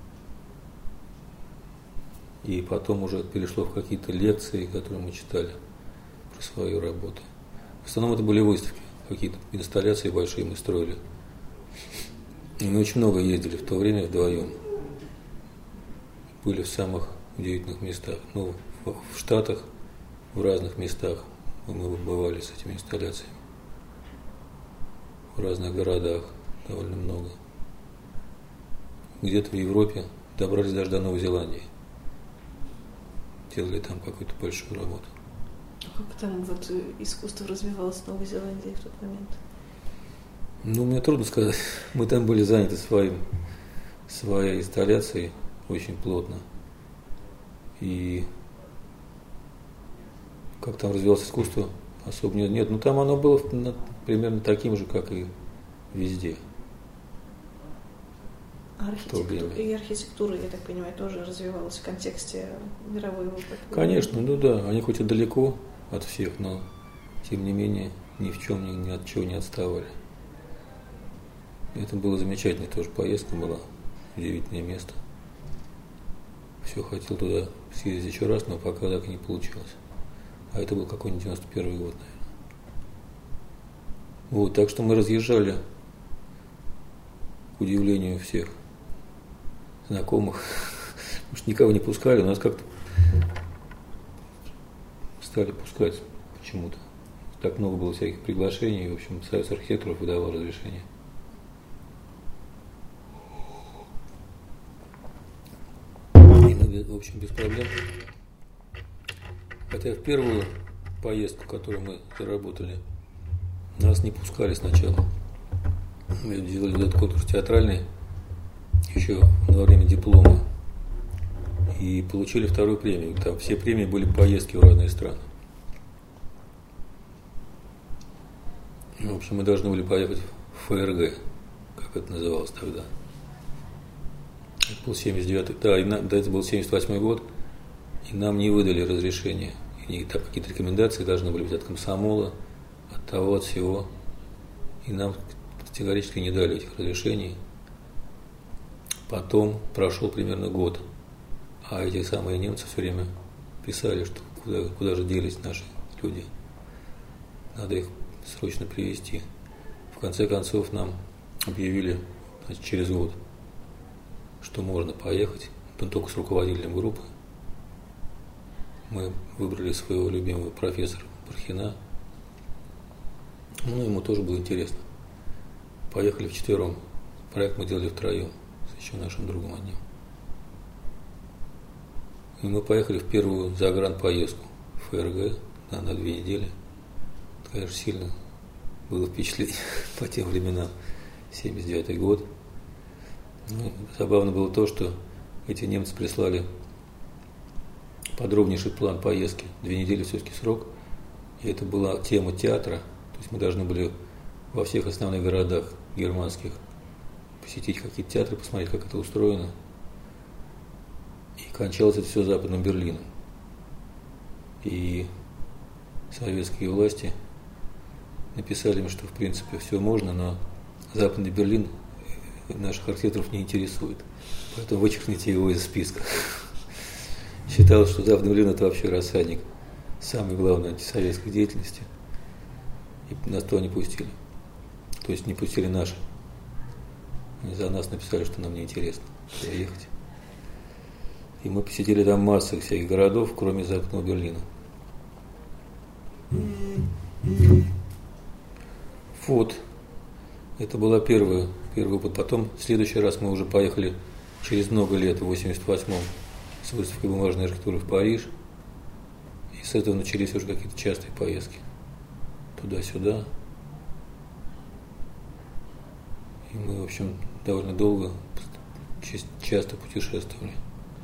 [SPEAKER 2] И потом уже перешло в какие-то лекции, которые мы читали про свою работу. В основном это были выставки, какие-то инсталляции большие мы строили. И мы очень много ездили в то время вдвоем. Были в самых удивительных местах. Ну, в, в Штатах, в разных местах мы бывали с этими инсталляциями. В разных городах довольно много. Где-то в Европе добрались даже до Новой Зеландии. Делали там какую-то большую работу.
[SPEAKER 1] А как там вот искусство развивалось в Новой Зеландии в тот момент?
[SPEAKER 2] Ну, мне трудно сказать. Мы там были заняты своим, своей инсталляцией очень плотно. И как там развивалось искусство, особо нет. Нет, ну там оно было примерно таким же, как и везде.
[SPEAKER 1] А архитектура, и архитектура, я так понимаю, тоже развивалась в контексте мировой опыта?
[SPEAKER 2] Конечно, ну да, они хоть и далеко от всех, но тем не менее ни в чем, ни, ни от чего не отставали. Это было замечательная тоже поездка была, удивительное место. Все хотел туда съездить еще раз, но пока так и не получилось. А это был какой-нибудь девяносто первый год, наверное. Вот, так что мы разъезжали, к удивлению всех знакомых, потому что никого не пускали, у нас как-то стали пускать почему-то. Так много было всяких приглашений, в общем, Союз архитекторов выдавал разрешение. И, в общем, без проблем. Хотя в первую поездку, которую мы заработали, нас не пускали сначала. Мы делали этот конкурс театральный еще во время диплома и получили вторую премию. Там все премии были поездки в разные страны. В общем, мы должны были поехать в ФРГ, как это называлось тогда. Это был семьдесят девятый, да, и на, да, это был семьдесят восьмой год, И нам не выдали разрешение. И так какие-то рекомендации должны были быть от комсомола, от того, от всего. И нам категорически не дали этих разрешений. Потом прошел примерно год. А эти самые немцы все время писали, что куда, куда же делись наши люди. Надо их срочно привезти. В конце концов нам объявили, значит, через год, что можно поехать, но только с руководителем группы. Мы выбрали своего любимого профессора Пархина. Ну, ему тоже было интересно. Поехали вчетвером. Проект мы делали втроем с еще нашим другом одним. И мы поехали в первую загранпоездку в ФРГ да, на две недели. Это, конечно, сильно было впечатление по тем временам. семьдесят девятый год. Ну, забавно было то, что эти немцы прислали подробнейший план поездки. Две недели все-таки срок. И это была тема театра. То есть мы должны были во всех основных городах германских посетить какие-то театры, посмотреть, как это устроено. И кончалось это все Западным Берлином. И советские власти написали им, что в принципе все можно, но Западный Берлин наших архитекторов не интересует. Поэтому вычеркните его из списка. Считалось, что Западный Берлин это вообще рассадник самой главной антисоветской деятельности. И нас туда не пустили. То есть не пустили наши. Они за нас написали, что нам неинтересно туда ехать. И мы посетили там массу всяких городов, кроме Западного Берлина. Вот. Это была первая, первый опыт. Потом, в следующий раз мы уже поехали через много лет, в восемьдесят восьмом, с выставкой бумажной архитектуры в Париж. И с этого начались уже какие-то частые поездки. Туда-сюда. И мы, в общем, довольно долго, часто путешествовали.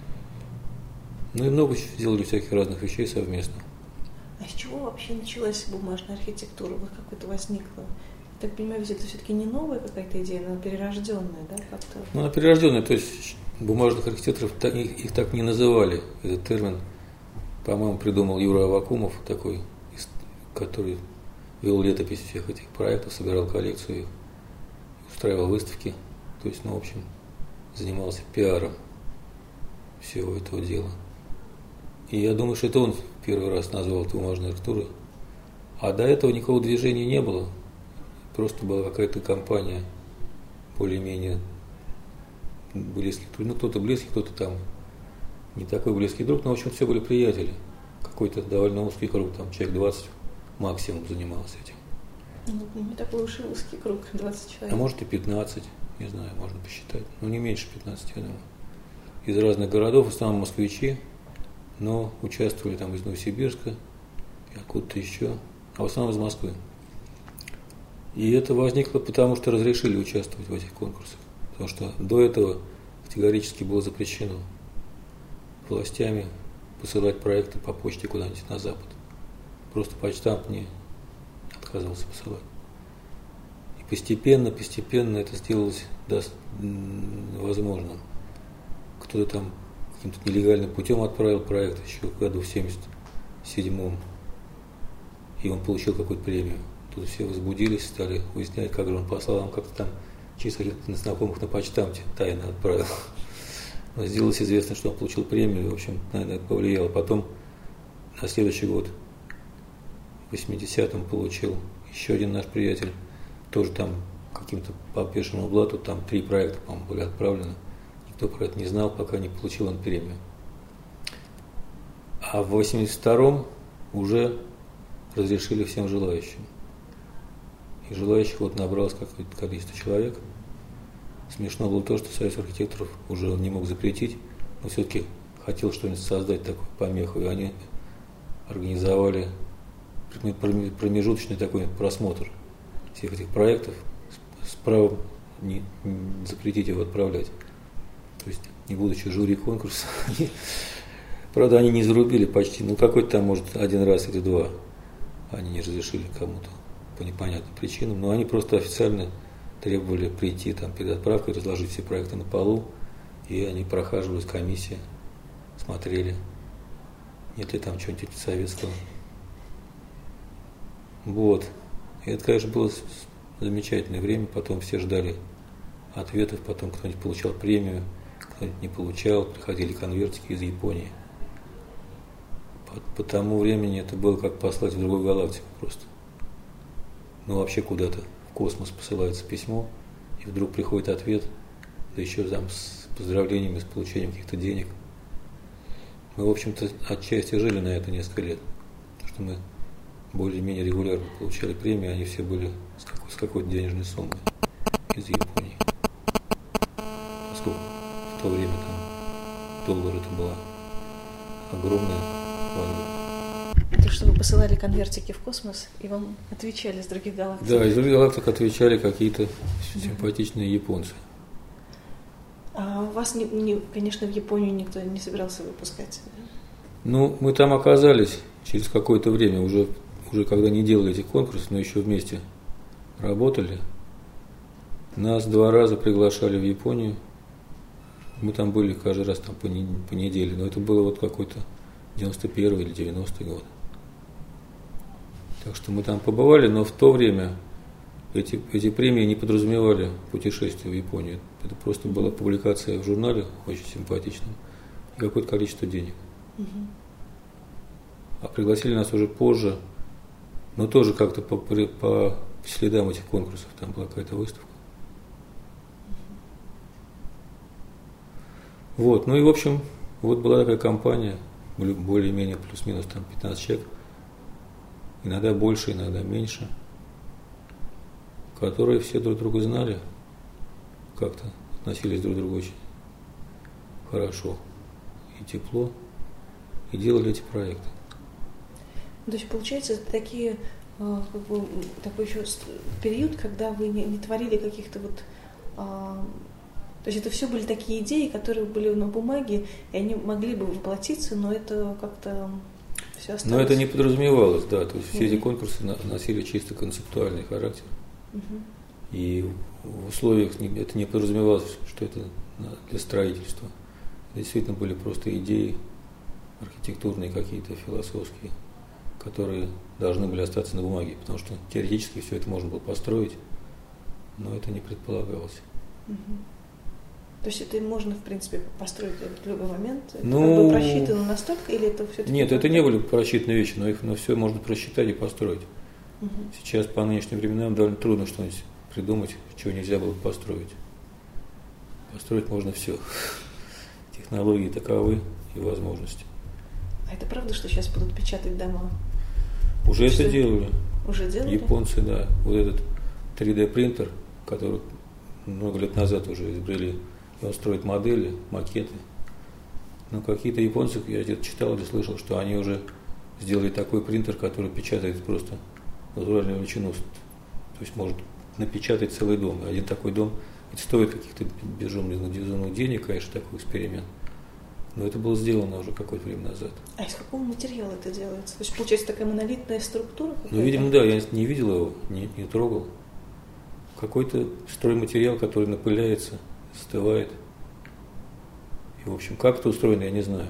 [SPEAKER 2] Ну и много сделали всяких разных вещей совместно.
[SPEAKER 1] А с чего вообще началась бумажная архитектура? Вот как это возникло? Я так понимаю, ведь это все-таки не новая какая-то идея, она перерожденная, да, как-то?
[SPEAKER 2] Ну, она перерожденная, то есть бумажных архитекторов их, их так не называли. Этот термин, по-моему, придумал Юра Аввакумов, такой, который вел летопись всех этих проектов, собирал коллекцию их, устраивал выставки. То есть, ну, в общем, занимался пиаром всего этого дела. И я думаю, что это он первый раз назвал это бумажной архитектурой. А до этого никакого движения не было. Просто была какая-то компания более-менее близких. Ну, кто-то близкий, кто-то там не такой близкий друг, но, в общем, все были приятели. Какой-то довольно узкий круг, там человек двадцать максимум занимался этим.
[SPEAKER 1] Ну, не такой уж и узкий круг, двадцать человек.
[SPEAKER 2] А может и пятнадцать, не знаю, можно посчитать. Но не меньше пятнадцати, я думаю. Из разных городов, в основном москвичи, но участвовали там из Новосибирска и откуда-то еще, а в основном из Москвы. И это возникло потому, что разрешили участвовать в этих конкурсах. Потому что до этого категорически было запрещено властями посылать проекты по почте куда-нибудь на Запад. Просто почтамт не отказывался посылать. И постепенно, постепенно это сделалось даст, возможным. Кто-то там каким-то нелегальным путем отправил проект еще в году в семьдесят седьмом, и он получил какую-то премию. Тут все возбудились, стали выяснять, как же он послал, он как-то там через каких-то знакомых на почтамте тайно отправил. Но сделалось известно, что он получил премию, и, в общем, наверное, это повлияло. Потом на следующий год, в восьмидесятом, получил еще один наш приятель, тоже там каким-то по пешему блату, там три проекта, по-моему, были отправлены. Никто про это не знал, пока не получил он премию. А в восемьдесят втором уже разрешили всем желающим. И желающих вот набралось какое-то количество человек. Смешно было то, что Союз архитекторов уже он не мог запретить, но все-таки хотел что-нибудь создать такую помеху. И они организовали промежуточный такой просмотр всех этих проектов с правом не, не запретить его отправлять. То есть, не будучи жюри конкурса, они, правда, они не зарубили почти, ну какой-то там, может, один раз или два они не разрешили кому-то по непонятным причинам, но они просто официально требовали прийти там перед отправкой, разложить все проекты на полу, и они прохаживались, комиссия, смотрели, нет ли там чего-нибудь советского. Вот. И это, конечно, было замечательное время. Потом все ждали ответов, потом кто-нибудь получал премию, кто-нибудь не получал, приходили конвертики из Японии. По, по тому времени это было как послать в другую галактику просто. Ну, вообще куда-то в космос посылается письмо, и вдруг приходит ответ, да еще там с поздравлениями, с получением каких-то денег. Мы, в общем-то, отчасти жили на это несколько лет, потому что мы более-менее регулярно получали премии, они все были с, какой- с какой-то денежной суммой из Японии. Поскольку в то время там доллар это была огромная валюта.
[SPEAKER 1] То, что вы посылали конвертики в космос, и вам отвечали с других галактик.
[SPEAKER 2] Да, из других галактик отвечали какие-то симпатичные японцы.
[SPEAKER 1] А вас, не, не, конечно, в Японию никто не собирался выпускать. Да?
[SPEAKER 2] Ну, мы там оказались через какое-то время, уже, уже когда не делали эти конкурсы, но еще вместе работали. Нас два раза приглашали в Японию. Мы там были каждый раз там по, не, по неделе, но это было вот какой-то девяносто первый или девяностый год. Так что мы там побывали, но в то время эти, эти премии не подразумевали путешествие в Японию. Это просто была публикация в журнале, очень симпатичном, и какое-то количество денег.
[SPEAKER 1] Угу.
[SPEAKER 2] А пригласили нас уже позже, но тоже как-то по, по следам этих конкурсов, там была какая-то выставка. Вот, ну и в общем, вот была такая компания, более-менее плюс-минус там пятнадцать человек, иногда больше, иногда меньше, которые все друг друга знали, как-то относились друг к другу очень хорошо и тепло, и делали эти проекты.
[SPEAKER 1] То есть, получается, это такие, как бы, такой еще период, когда вы не, не творили каких-то вот... То есть это все были такие идеи, которые были на бумаге, и они могли бы воплотиться, но это как-то все осталось.
[SPEAKER 2] Но это не подразумевалось, да. То есть все эти конкурсы носили чисто концептуальный характер.
[SPEAKER 1] Uh-huh.
[SPEAKER 2] И в условиях это не подразумевалось, что это для строительства. Это действительно были просто идеи архитектурные какие-то, философские, которые должны были остаться на бумаге, потому что теоретически все это можно было построить, но это не предполагалось.
[SPEAKER 1] Uh-huh. То есть это можно, в принципе, построить в любой момент? Это
[SPEAKER 2] ну,
[SPEAKER 1] как бы просчитано настолько, или это все-таки...
[SPEAKER 2] Нет, это не были просчитанные вещи, но их но все можно просчитать и построить.
[SPEAKER 1] Угу.
[SPEAKER 2] Сейчас по нынешним временам довольно трудно что-нибудь придумать, чего нельзя было построить. Построить можно все. Технологии таковы и возможности.
[SPEAKER 1] А это правда, что сейчас будут печатать дома?
[SPEAKER 2] Уже
[SPEAKER 1] что
[SPEAKER 2] это делали.
[SPEAKER 1] Уже делали?
[SPEAKER 2] Японцы, да. Вот этот три дэ принтер, который много лет назад уже изобрели, и он строит модели, макеты. Но какие-то японцы, я где-то читал или слышал, что они уже сделали такой принтер, который печатает просто натуральную величину. То есть может напечатать целый дом. Один такой дом, это стоит каких-то безумных, безумных денег, конечно, такой эксперимент. Но это было сделано уже какое-то время назад.
[SPEAKER 1] А из какого материала это делается? То есть получается такая монолитная структура какая-то?
[SPEAKER 2] Ну, видимо, да, я не видел его, не, не трогал. Какой-то стройматериал, который напыляется, застывает. И, в общем, как это устроено, я не знаю.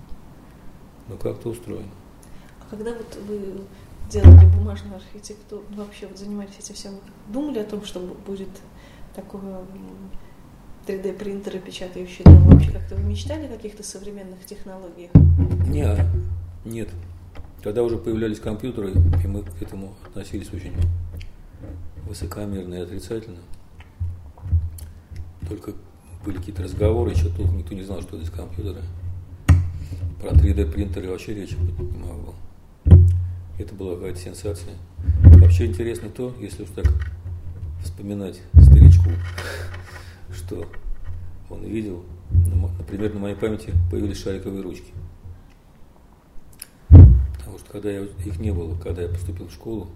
[SPEAKER 2] Но как-то устроено.
[SPEAKER 1] А когда вот вы делали бумажную архитектуру, вообще вот занимались этим всем, думали о том, что будет такое три дэ принтеры, печатающие дом? Вообще как-то вы мечтали о каких-то современных технологиях?
[SPEAKER 2] Не, нет. Когда уже появлялись компьютеры, и мы к этому относились очень высокомерно и отрицательно. Только были какие-то разговоры, еще тут никто не знал, что это за компьютеры. Про три дэ принтеры вообще речи быть не могло. Это была какая-то сенсация. Вообще интересно то, если уж так вспоминать старичку, что он видел, например, на моей памяти появились шариковые ручки. Потому что когда я, их не было, когда я поступил в школу,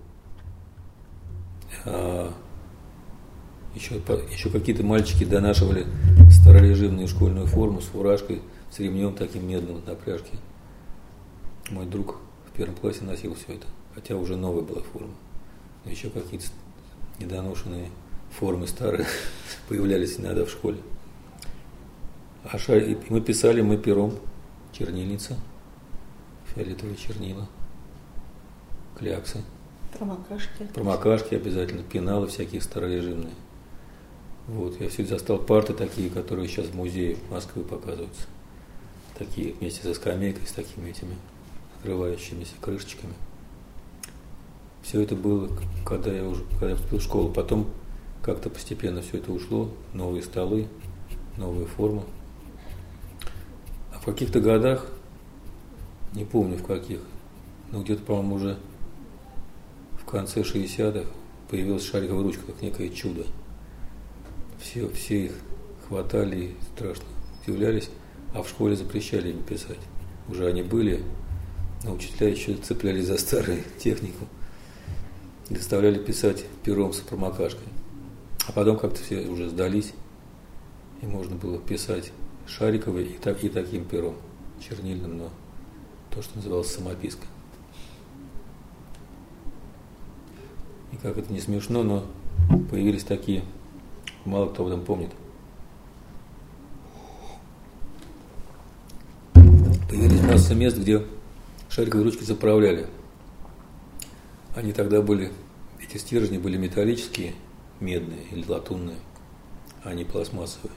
[SPEAKER 2] а еще, еще какие-то мальчики донашивали старорежимную школьную форму с фуражкой, с ремнем таким медным на пряжке. Мой друг в первом классе носил все это, хотя уже новая была форма. Но еще какие-то недоношенные формы старые появлялись иногда в школе. А шар... и мы писали мы пером, чернильница, фиолетовые чернила, кляксы.
[SPEAKER 1] Промокашки.
[SPEAKER 2] Промокашки обязательно, пеналы всякие старорежимные. Вот, я все застал парты такие, которые сейчас в музее Москвы показываются. Такие вместе со скамейкой, с такими этими открывающимися крышечками. Все это было, когда я уже когда я вступил в школу. Потом как-то постепенно все это ушло. Новые столы, новая форма. А в каких-то годах, не помню в каких, но где-то, по-моему, уже в конце шестидесятых появилась шариковая ручка, как некое чудо. Все, все их хватали и страшно удивлялись, а в школе запрещали им писать. Уже они были, но учителя еще цеплялись за старую технику и заставляли писать пером с промокашкой. А потом как-то все уже сдались, и можно было писать шариковой и, так, и таким пером, чернильным, но то, что называлось самописка. И как это не смешно, но появились такие, мало кто об этом помнит, появились масса мест, где шариковые ручки заправляли. Они тогда были, эти стержни были металлические, медные или латунные, а не пластмассовые.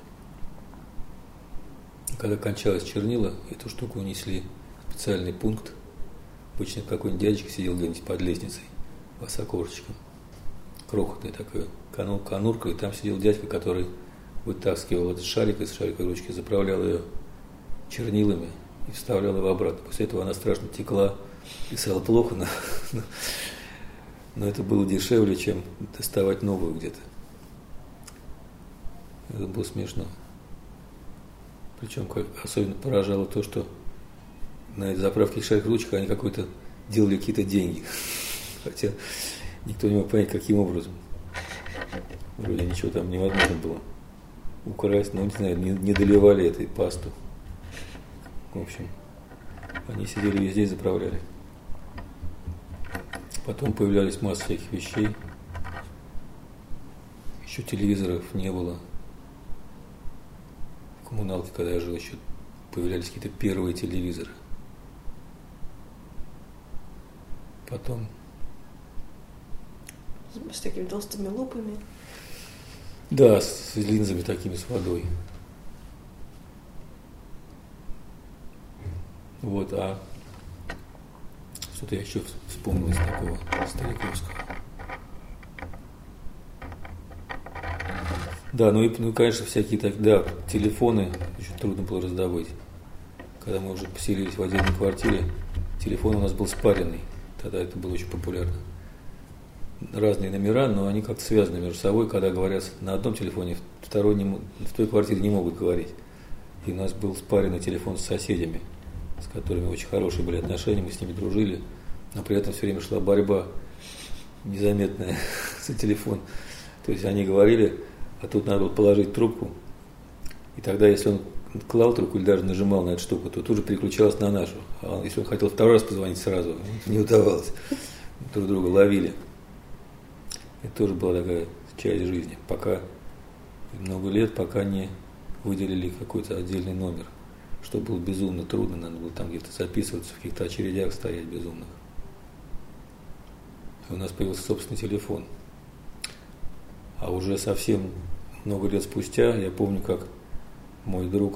[SPEAKER 2] И когда кончалось чернила, эту штуку унесли в специальный пункт. Обычно какой-нибудь дядечка сидел где-нибудь под лестницей, с окошечком, крохотной такой конуркой, и там сидел дядька, который вытаскивал этот шарик из шариковой ручки, заправлял ее чернилами и вставлял его обратно. После этого она страшно текла и стало плохо, но, но, но это было дешевле, чем доставать новую где-то. Это было смешно. Причем как особенно поражало то, что на этой заправке шариковой ручкой они какой-то делали какие-то деньги. Хотя никто не мог понять, каким образом. Вроде ничего там невозможно было украсть, но не знаю, не, не доливали этой пасту. В общем, они сидели везде и заправляли. Потом появлялись масса всяких вещей. Еще телевизоров не было. В коммуналке, когда я жил, еще появлялись какие-то первые телевизоры. Потом...
[SPEAKER 1] С такими толстыми лупами.
[SPEAKER 2] Да, с линзами такими, с водой. Вот, а что-то я еще вспомнил из такого стариковского. Да, ну и, ну, конечно, всякие так, да, телефоны еще трудно было раздобыть. Когда мы уже поселились в отдельной квартире, телефон у нас был спаренный. Тогда это было очень популярно. Разные номера, но они как-то связаны между собой. Когда говорят на одном телефоне, второй не, в той квартире не могут говорить. И у нас был спаренный телефон с соседями, с которыми очень хорошие были отношения, мы с ними дружили, но при этом все время шла борьба незаметная за телефон. То есть они говорили, а тут надо было положить трубку, и тогда, если он клал трубку или даже нажимал на эту штуку, то тут же переключалась на нашу. А если он хотел второй раз позвонить сразу, не удавалось. Друг друга ловили. Это тоже была такая часть жизни. Пока много лет, пока не выделили какой-то отдельный номер, что было безумно трудно, надо было там где-то записываться, в каких-то очередях стоять безумных. И у нас появился собственный телефон. А уже совсем много лет спустя, я помню, как мой друг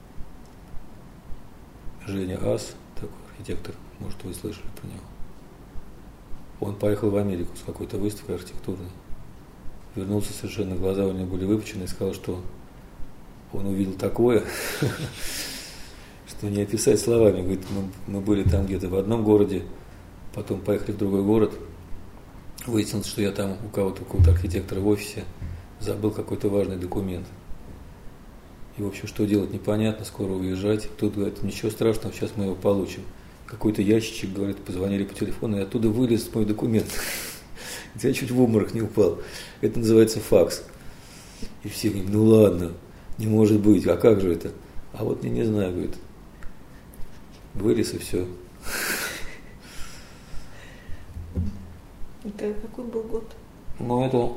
[SPEAKER 2] Женя Ас, такой архитектор, может, вы слышали про него, он поехал в Америку с какой-то выставкой архитектурной. Вернулся совершенно, глаза у него были выпучены, и сказал, что он увидел такое, что не описать словами. Говорит, мы, мы были там где-то в одном городе, потом поехали в другой город. Выяснилось, что я там у кого-то, у какого-то архитектора в офисе забыл какой-то важный документ. И, в общем, что делать непонятно, скоро уезжать. Тут говорит, ничего страшного, сейчас мы его получим. Какой-то ящичек, говорит, позвонили по телефону, и оттуда вылез мой документ. Я чуть в обморок не упал. Это называется факс. И все говорят, ну ладно, не может быть, а как же это? А вот я не знаю, говорит, вылез и все.
[SPEAKER 1] Это какой был год?
[SPEAKER 2] Ну, это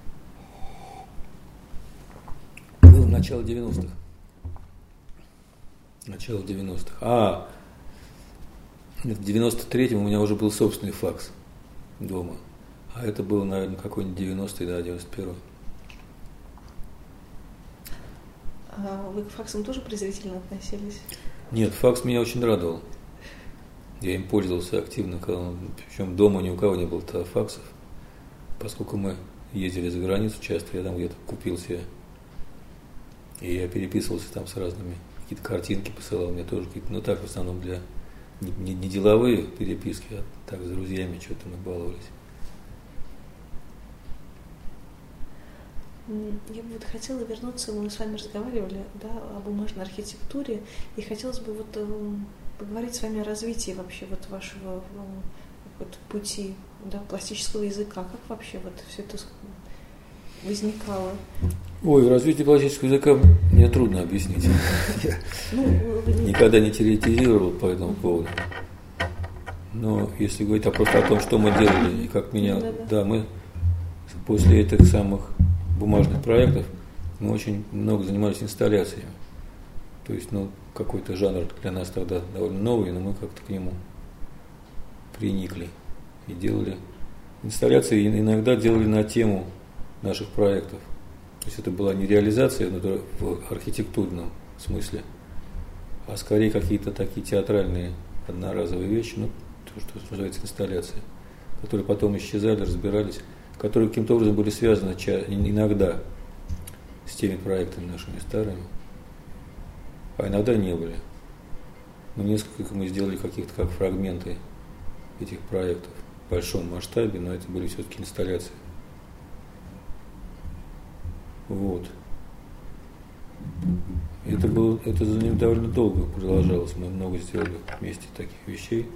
[SPEAKER 2] было начало девяностых. Начало девяностых. А, В девяносто третьем у меня уже был собственный факс дома. А это был, наверное, какой-нибудь девяностый, да, девяносто первый.
[SPEAKER 1] А вы к факсам тоже презрительно относились?
[SPEAKER 2] Нет, факс меня очень радовал. Я им пользовался активно, когда, причем дома ни у кого не было факсов. Поскольку мы ездили за границу часто, я там где-то купил себе. И я переписывался там с разными, какие-то картинки посылал мне тоже, какие-то, ну так в основном для не, не, не деловые переписки, а так с друзьями что-то мы баловались.
[SPEAKER 1] Я бы вот хотела вернуться, мы с вами разговаривали, да, о бумажной архитектуре, и хотелось бы вот поговорить с вами о развитии вообще вот вашего вот пути, да, пластического языка. Как вообще вот все это возникало?
[SPEAKER 2] Ой, развитие пластического языка мне трудно объяснить. Я никогда не теоретизировал по этому поводу. Но если говорить просто о том, что мы делали и как меня, да, мы после этих самых бумажных проектов мы очень много занимались инсталляциями. То есть, ну, какой-то жанр для нас тогда довольно новый, но мы как-то к нему приникли и делали инсталляции, и иногда делали на тему наших проектов. То есть это была не реализация в архитектурном смысле, а скорее какие-то такие театральные одноразовые вещи, ну, то, что называется инсталляция, которые потом исчезали, разбирались, которые каким-то образом были связаны иногда с теми проектами нашими старыми, а иногда не были. Но несколько мы сделали каких-то как фрагменты этих проектов в большом масштабе, но это были все-таки инсталляции. Вот. Это было, это довольно долго продолжалось, мы много сделали вместе таких вещей.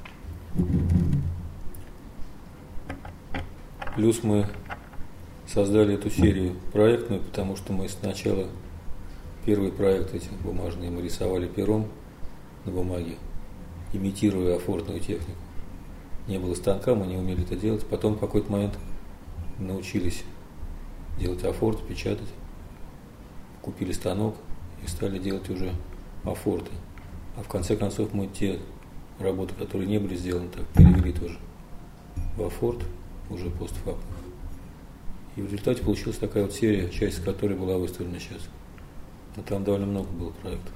[SPEAKER 2] Плюс мы создали эту серию проектную, потому что мы сначала первый проект эти бумажные мы рисовали пером на бумаге, имитируя афортную технику. Не было станка, мы не умели это делать. Потом в какой-то момент научились делать афорт, печатать, купили станок и стали делать уже афорты. А в конце концов мы те работы, которые не были сделаны, так перевели тоже в афорт, уже постфактум. И в результате получилась такая вот серия, часть которой была выставлена сейчас. Но там довольно много было проектов.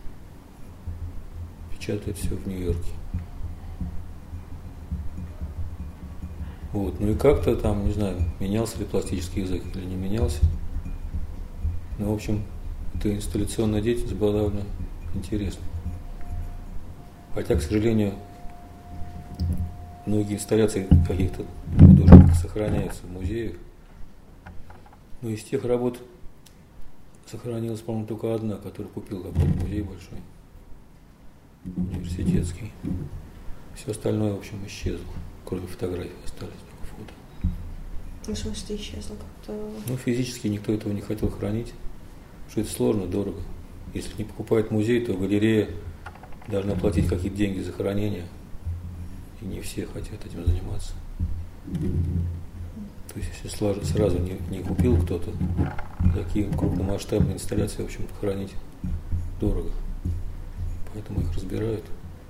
[SPEAKER 2] Печатают все в Нью-Йорке. Вот. Ну и как-то там, не знаю, менялся ли пластический язык или не менялся. Ну, в общем, эта инсталляционная деятельность была довольно интересна. Хотя, к сожалению, многие инсталляции каких-то художников сохраняются в музеях. Но из тех работ сохранилась, по-моему, только одна, которую купил какой-то музей большой, университетский. Все остальное, в общем, исчезло. Кроме фотографий остались только фото.
[SPEAKER 1] В смысле исчезло как-то?
[SPEAKER 2] Ну, физически никто этого не хотел хранить, потому что это сложно, дорого. Если не покупает музей, то галерея должна платить какие-то деньги за хранение. И не все хотят этим заниматься. То есть, если сразу не, не купил кто-то, такие крупномасштабные инсталляции, в общем-то, хранить дорого. Поэтому их разбирают.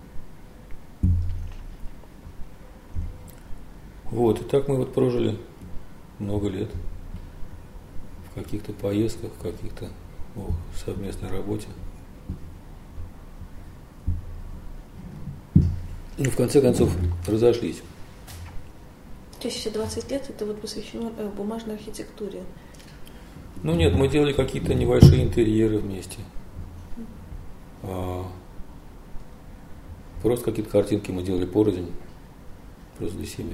[SPEAKER 2] Вот, и так мы вот прожили много лет в каких-то поездках, в каких-то о, совместной работе. Ну, в конце концов, разошлись.
[SPEAKER 1] То есть все двадцать лет это вот посвящено бумажной архитектуре?
[SPEAKER 2] Ну нет, мы делали какие-то небольшие интерьеры вместе. А, просто какие-то картинки мы делали порознь, просто для себя.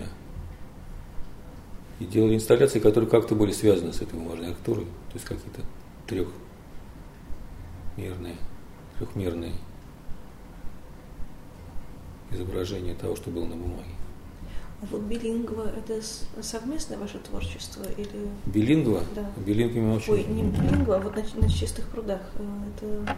[SPEAKER 2] И делали инсталляции, которые как-то были связаны с этой бумажной архитектурой, то есть какие-то трехмерные, трехмерные изображения того, что было на бумаге.
[SPEAKER 1] А вот билингва – это совместное ваше творчество или?
[SPEAKER 2] Билингва?
[SPEAKER 1] Да.
[SPEAKER 2] Билингва очень.
[SPEAKER 1] Ой, не билингва, а вот на, на чистых прудах. Это...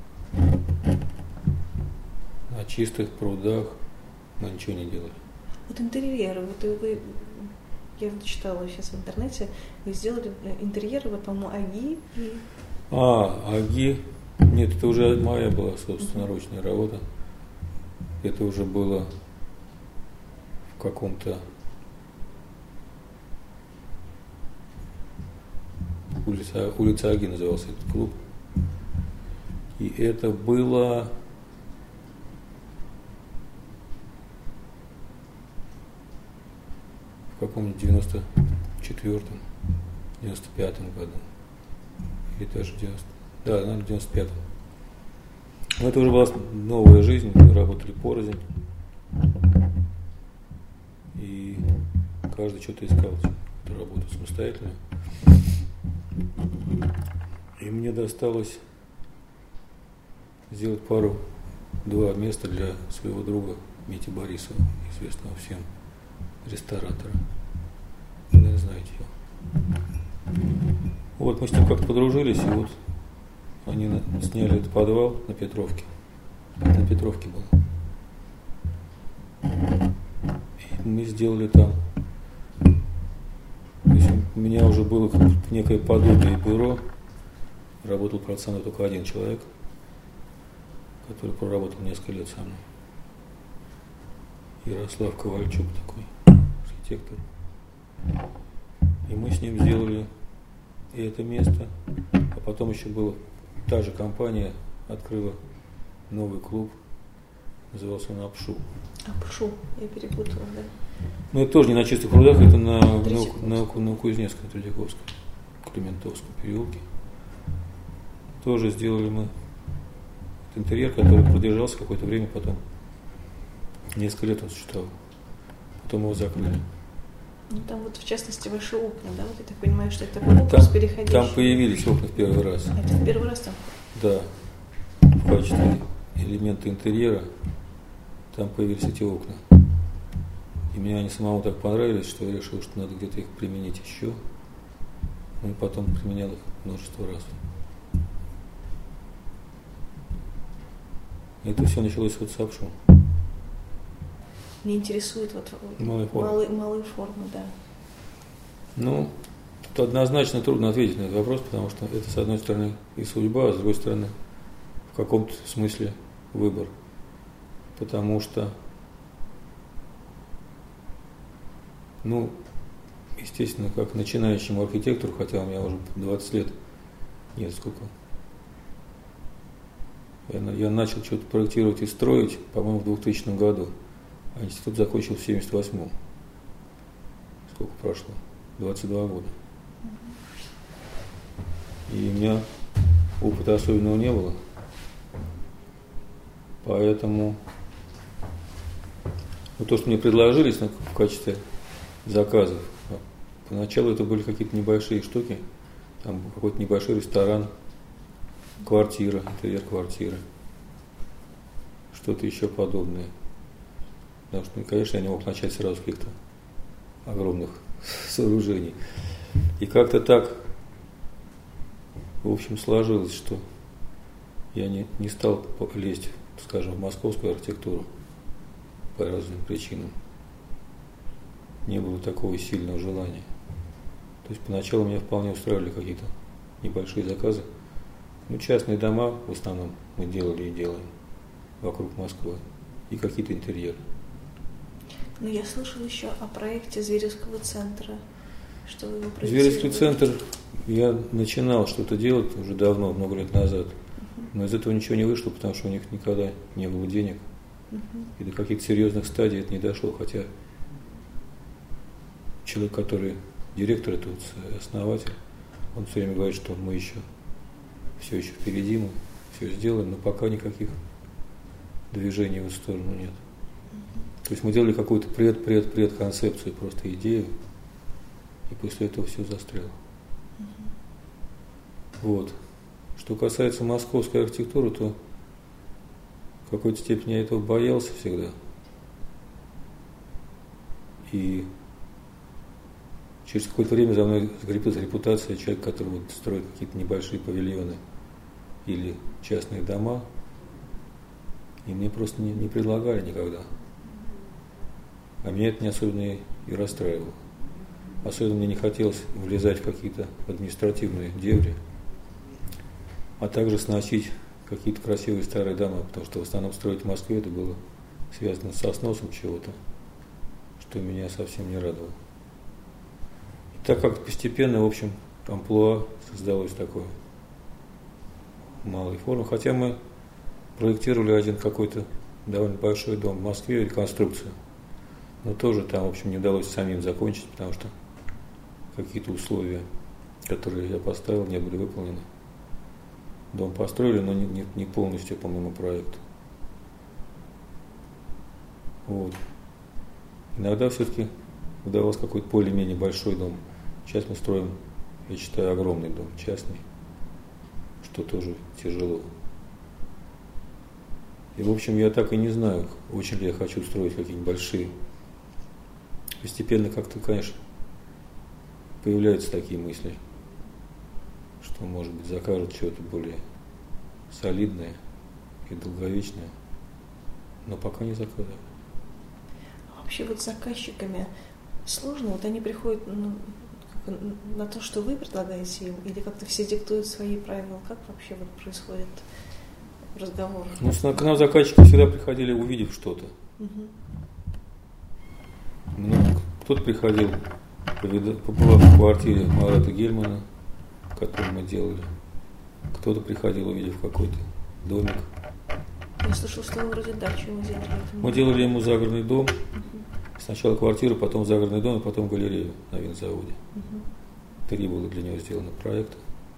[SPEAKER 2] На чистых прудах мы ничего не делали.
[SPEAKER 1] Вот интерьеры, вот вы, я читала сейчас в интернете, вы сделали интерьеры, вот, по-моему, Аги и...
[SPEAKER 2] А, Аги, нет, это уже моя была собственноручная работа. это уже было в каком-то улица, улица Аги назывался этот клуб. И это было в каком-нибудь девяносто четвёртом, девяносто пятом году. Или даже девяносто, да, наверное, в девяносто пятом. Но это уже была новая жизнь, мы работали порознь. И каждый что-то искал, эту работу самостоятельно. И мне досталось сделать пару, два места для своего друга Мити Борисова, известного всем ресторатора. Вы, наверное, знаете его. Вот мы с ним как-то подружились, и вот они сняли этот подвал на Петровке. На Петровке был. И мы сделали там. То есть у меня уже было некое подобие бюро. Работал, правда, со мной только один человек, который проработал несколько лет со мной. Ярослав Ковальчук такой, архитектор. И мы с ним сделали и это место. А потом еще была та же компания, открыла новый клуб, назывался он Апшу.
[SPEAKER 1] Апшу, я перепутала, да.
[SPEAKER 2] Ну это тоже не на Чистых прудах, это на, на, на, на Кузнецкой, Третьяковской, Клементовском переулке. Тоже сделали мы интерьер, который продержался какое-то время, потом несколько лет он существовал. Потом его закрыли.
[SPEAKER 1] Ну там вот в частности ваши окна, да? Вот я так понимаю, что это такой конкурс переходящий.
[SPEAKER 2] Там появились окна в первый раз.
[SPEAKER 1] А это в первый раз там?
[SPEAKER 2] Да. В качестве элемента интерьера там появились эти окна. И мне они самому так понравились, что я решил, что надо где-то их применить еще. Ну и потом применял их множество раз. Это все началось вот с Апшу.
[SPEAKER 1] Меня интересует вот
[SPEAKER 2] малые формы.
[SPEAKER 1] Малые, малые формы, да.
[SPEAKER 2] Ну, тут однозначно трудно ответить на этот вопрос, потому что это, с одной стороны, и судьба, а с другой стороны, в каком-то смысле выбор. Потому что, ну, естественно, как начинающему архитектору, хотя у меня уже двадцать лет, нет, сколько, я, я начал что-то проектировать и строить, по-моему, в двухтысячном году. А институт закончил в семьдесят восьмом. Сколько прошло? двадцать два года. И у меня опыта особенного не было. Поэтому ну, то, что мне предложили в качестве заказов, поначалу это были какие-то небольшие штуки. Там какой-то небольшой ресторан, квартира, интерьер квартиры. Что-то еще подобное. Потому что, конечно, я не мог начать сразу с каких-то огромных сооружений. И как-то так, в общем, сложилось, что я не, не стал лезть, скажем, в московскую архитектуру по разным причинам. Не было такого сильного желания. То есть поначалу меня вполне устраивали какие-то небольшие заказы. Ну, частные дома в основном мы делали и делаем вокруг Москвы. И какие-то интерьеры.
[SPEAKER 1] Но я слышал еще о проекте Зверевского центра, что вы его проектировали.
[SPEAKER 2] Зверевский центр, я начинал что-то делать уже давно, много лет назад, uh-huh. но из этого ничего не вышло, потому что у них никогда не было денег, uh-huh. и до каких-то серьезных стадий это не дошло, хотя человек, который директор, это вот основатель, он все время говорит, что мы еще все еще впереди, мы все сделаем, но пока никаких движений в эту сторону нет. То есть мы делали какую-то пред-пред-пред концепцию, просто идею, и после этого все застряло. Uh-huh. Вот. Что касается московской архитектуры, то в какой-то степени я этого боялся всегда. И через какое-то время за мной закрепилась репутация человека, который вот строит какие-то небольшие павильоны или частные дома, и мне просто не, не предлагали никогда. А меня это не особенно и, и расстраивало. Особенно мне не хотелось влезать в какие-то административные дебри, а также сносить какие-то красивые старые дома, потому что в основном строить в Москве это было связано со сносом чего-то, что меня совсем не радовало. И так как постепенно, в общем, амплуа создалось такое малой формы, хотя мы проектировали один какой-то довольно большой дом в Москве, реконструкцию, но тоже там, в общем, не удалось самим закончить, потому что какие-то условия, которые я поставил, не были выполнены. Дом построили, но не, не, не полностью по моему проекту. Вот. Иногда все-таки удавалось какой-то более-менее большой дом. Сейчас мы строим, я считаю, огромный дом, частный, что тоже тяжело. И, в общем, я так и не знаю, очень ли я хочу строить какие-нибудь большие. Постепенно как-то, конечно, появляются такие мысли, что, может быть, закажут что-то более солидное и долговечное, но пока не заказывают.
[SPEAKER 1] Вообще вот с заказчиками сложно, вот они приходят ну, на то, что вы предлагаете им, или как-то все диктуют свои правила, как вообще вот происходит разговор?
[SPEAKER 2] Ну, к нам заказчики всегда приходили, увидев что-то.
[SPEAKER 1] Угу.
[SPEAKER 2] Ну, кто-то приходил, побывав в квартире Марата Гельмана, которую мы делали. Кто-то приходил, увидев какой-то домик.
[SPEAKER 1] Я слышала, что вы вроде дачу ему делали.
[SPEAKER 2] Мы делали ему загородный дом. Угу. Сначала квартиру, потом загородный дом, и потом галерею на винзаводе. Угу. Три было для него сделано проекта.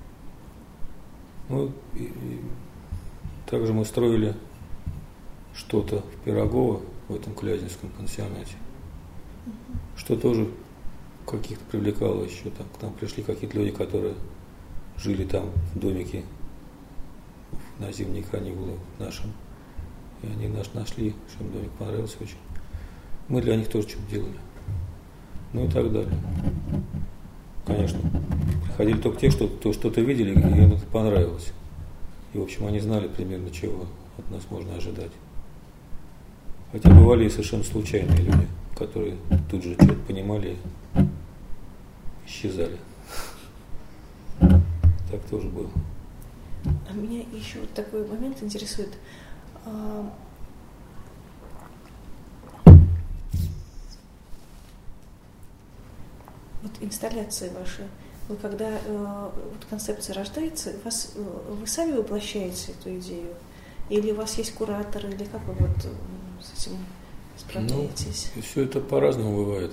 [SPEAKER 2] Ну, и, и также мы строили что-то в Пирогово, в этом Клязинском пансионате. Угу. Что тоже каких-то привлекало еще. Там, к нам пришли какие-то люди, которые жили там в домике на зимние каникулы нашем. И они нас нашли, что им домик понравился очень. Мы для них тоже что-то делали. Ну и так далее. Конечно, приходили только те, что то, что-то видели, и им это понравилось. И, в общем, они знали примерно, чего от нас можно ожидать. Хотя бывали и совершенно случайные люди, которые тут же что-то понимали и исчезали. Так тоже было.
[SPEAKER 1] А меня еще вот такой момент интересует. Вот инсталляции ваши, вы когда э, вот концепция рождается, вас, э, вы сами воплощаете эту идею? Или у вас есть куратор, или как вы вот э, с этим справляетесь?
[SPEAKER 2] Ну, все это по-разному бывает.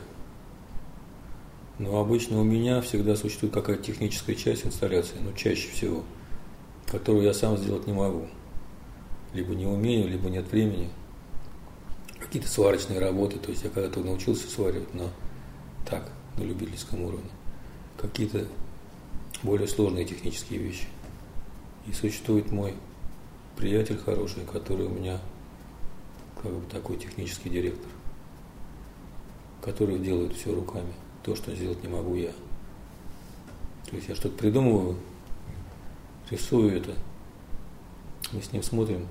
[SPEAKER 2] Но обычно у меня всегда существует какая-то техническая часть инсталляции, но чаще всего, которую я сам сделать не могу. Либо не умею, либо нет времени. Какие-то сварочные работы, то есть я когда-то научился сваривать, но так, на любительском уровне. Какие-то более сложные технические вещи. И существует мой приятель хороший, который у меня как бы такой технический директор, который делает все руками. То, что сделать не могу я. То есть я что-то придумываю, рисую это, мы с ним смотрим,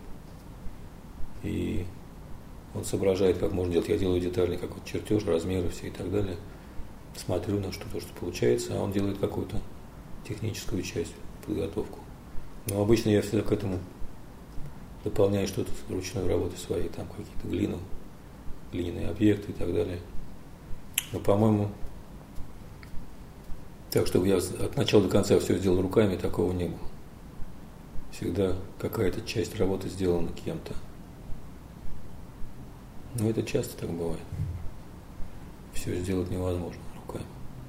[SPEAKER 2] и он соображает, как можно делать. Я делаю детальный какой-то чертеж, размеры все и так далее. Смотрю на что-то, что получается, а он делает какую-то техническую часть, подготовку. Но обычно я всегда к этому дополняю что-то ручной работы своей, там какие-то глину, глиняные объекты и так далее. Но, по-моему, так, чтобы я от начала до конца все сделал руками, такого не было. Всегда какая-то часть работы сделана кем-то. Но это часто так бывает. Все сделать невозможно руками.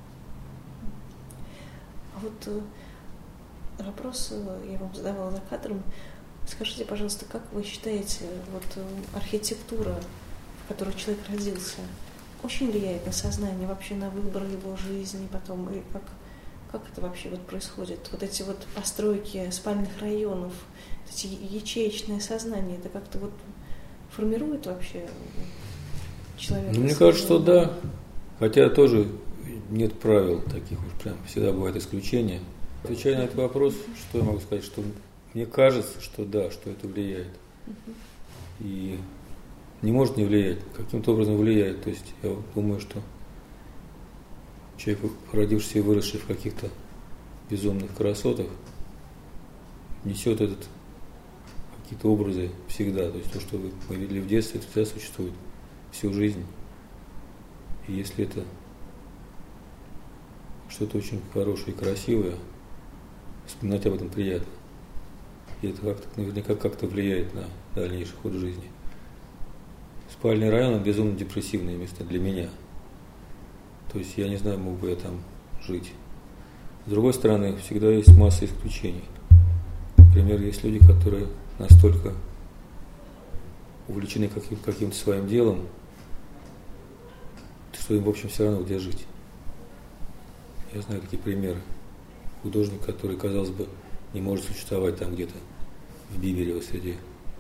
[SPEAKER 1] А вот э, вопрос я вам задавала за кадром. Скажите, пожалуйста, как вы считаете, вот э, архитектура, в которой человек родился, очень влияет на сознание, вообще на выбор его жизни потом, и как, как это вообще вот происходит? Вот эти вот постройки спальных районов, эти ячеечное сознание, это как-то вот формирует вообще человека?
[SPEAKER 2] Ну, мне кажется, что да, хотя тоже нет правил таких уж прям, всегда бывают исключения. Отвечая на этот вопрос, что я могу сказать, что мне кажется, что да, что это влияет. И не может не влиять, каким-то образом влияет. То есть я думаю, что человек, родившийся и выросший в каких-то безумных красотах, несет этот какие-то образы всегда. То есть то, что вы, вы видели в детстве, это всегда существует всю жизнь. И если это что-то очень хорошее и красивое, вспоминать об этом приятно. И это как-то, наверняка как-то влияет на дальнейший ход жизни. Спальный район – безумно депрессивное место для меня. То есть я не знаю, мог бы я там жить. С другой стороны, всегда есть масса исключений. Например, есть люди, которые настолько увлечены каким- каким-то своим делом, что им, в общем, все равно где жить. Я знаю такие примеры. Художник, который, казалось бы, не может существовать там где-то в Биберевой среде.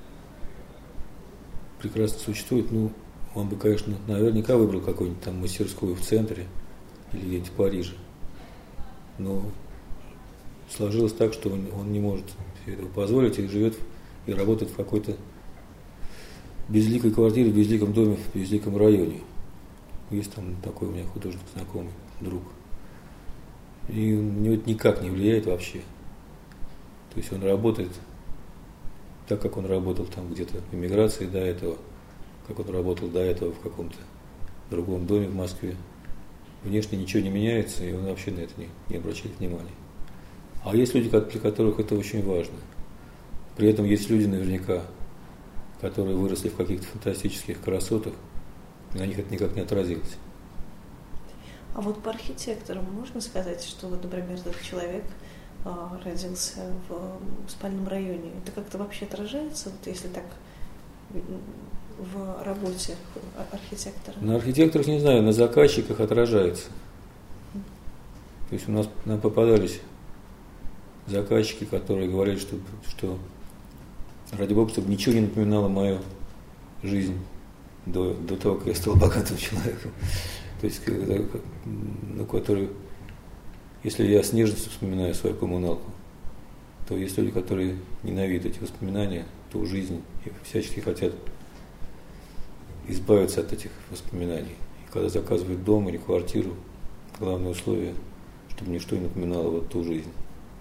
[SPEAKER 2] Прекрасно существует, ну, он бы, конечно, наверняка выбрал какую-нибудь там мастерскую в центре или где-нибудь в Париже. Но сложилось так, что он, он не может себе этого позволить и живет и работает в какой-то безликой квартире, в безликом доме, в безликом районе. Есть там такой у меня художник знакомый, друг. И на него это никак не влияет вообще. То есть он работает так, как он работал там где-то в эмиграции до этого, как он работал до этого в каком-то другом доме в Москве. Внешне ничего не меняется, и он вообще на это не, не обращает внимания. А есть люди, для которых это очень важно. При этом есть люди наверняка, которые выросли в каких-то фантастических красотах, и на них это никак не отразилось.
[SPEAKER 1] А вот по архитекторам можно сказать, что, вот, например, этот человек а, родился в, в спальном районе? Это как-то вообще отражается, вот, если так, в работе архитектора?
[SPEAKER 2] На архитекторах, не знаю, на заказчиках отражается. То есть у нас нам попадались заказчики, которые говорили, что, что ради бога, чтобы ничего не напоминало мою жизнь до, до того, как я стал богатым человеком. То есть, ну, который, если я с нежностью вспоминаю свою коммуналку, то есть люди, которые ненавидят эти воспоминания, ту жизнь, и всячески хотят избавиться от этих воспоминаний. И когда заказывают дом или квартиру, главное условие, чтобы ничто не напоминало вот ту жизнь.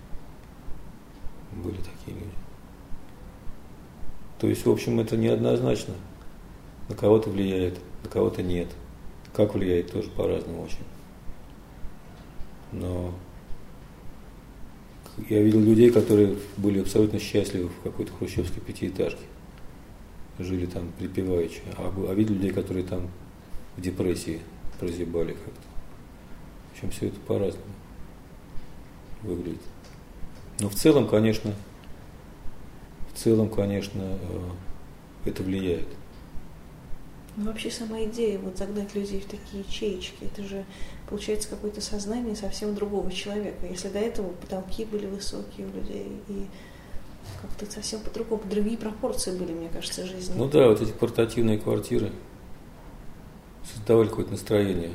[SPEAKER 2] Были такие люди. То есть, в общем, это неоднозначно. На кого-то влияет, на кого-то нет. Как влияет, тоже по-разному очень. Но я видел людей, которые были абсолютно счастливы в какой-то хрущевской пятиэтажке. Жили там припеваючи. А, а видел людей, которые там в депрессии прозябали как-то. В общем, все это по-разному выглядит. Но в целом, конечно, в целом, конечно, это влияет.
[SPEAKER 1] Ну, вообще сама идея вот загнать людей в такие ячеечки, это же получается какое-то сознание совсем другого человека. Если до этого потолки были высокие у людей и как-то совсем по-другому, другие пропорции были, мне кажется, жизни.
[SPEAKER 2] Ну да, вот эти портативные квартиры создавали какое-то настроение.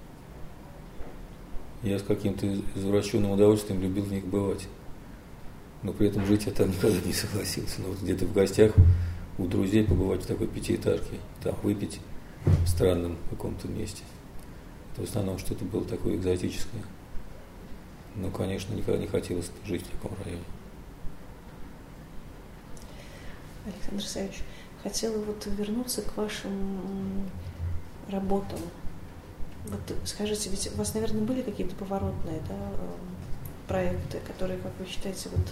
[SPEAKER 2] Я с каким-то извращенным удовольствием любил в них бывать. Но при этом жить я там никогда не согласился. Но вот где-то в гостях у друзей побывать в такой пятиэтажке, там выпить в странном каком-то месте. Это в основном что-то было такое экзотическое. Но, конечно, никогда не хотелось жить в таком районе.
[SPEAKER 1] Александр Савич, хотела вот вернуться к вашим работам. Вот скажите, ведь у вас, наверное, были какие-то поворотные, да, проекты, которые, как вы считаете, вот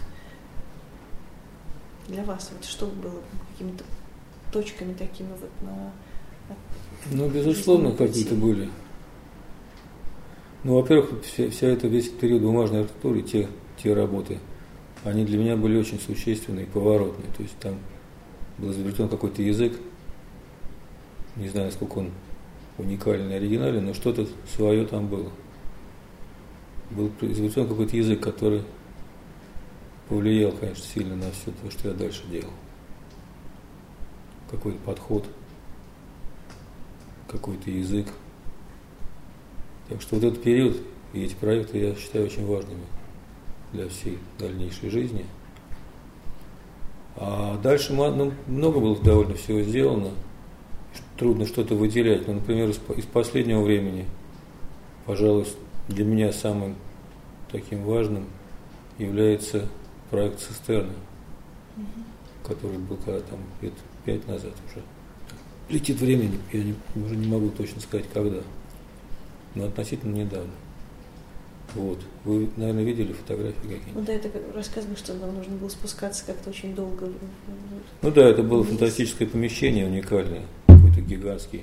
[SPEAKER 1] для вас, вот что было какими-то точками такими вот на...
[SPEAKER 2] Ну, безусловно, какие-то были. Ну, во-первых, вся, вся эта, весь период бумажной архитектуры, те, те работы, они для меня были очень существенные и поворотные. То есть там был изобретен какой-то язык, не знаю, насколько он уникальный, оригинальный, но что-то свое там было. Был изобретен какой-то язык, который повлиял, конечно, сильно на все то, что я дальше делал. Какой-то подход, какой-то язык. Так что вот этот период и эти проекты я считаю очень важными для всей дальнейшей жизни. А дальше ну, много было довольно всего сделано. Трудно что-то выделять. Но, например, из, из последнего времени, пожалуй, для меня самым таким важным является проект «Цистерна». который был когда там лет пять назад уже. Летит времени, я не, уже не могу точно сказать, когда, но относительно недавно. Вот. Вы, наверное, видели фотографии какие-нибудь?
[SPEAKER 1] Ну да, это рассказывали, что нам нужно было спускаться как-то очень долго.
[SPEAKER 2] Ну да, это было фантастическое помещение, уникальное, какой-то гигантский,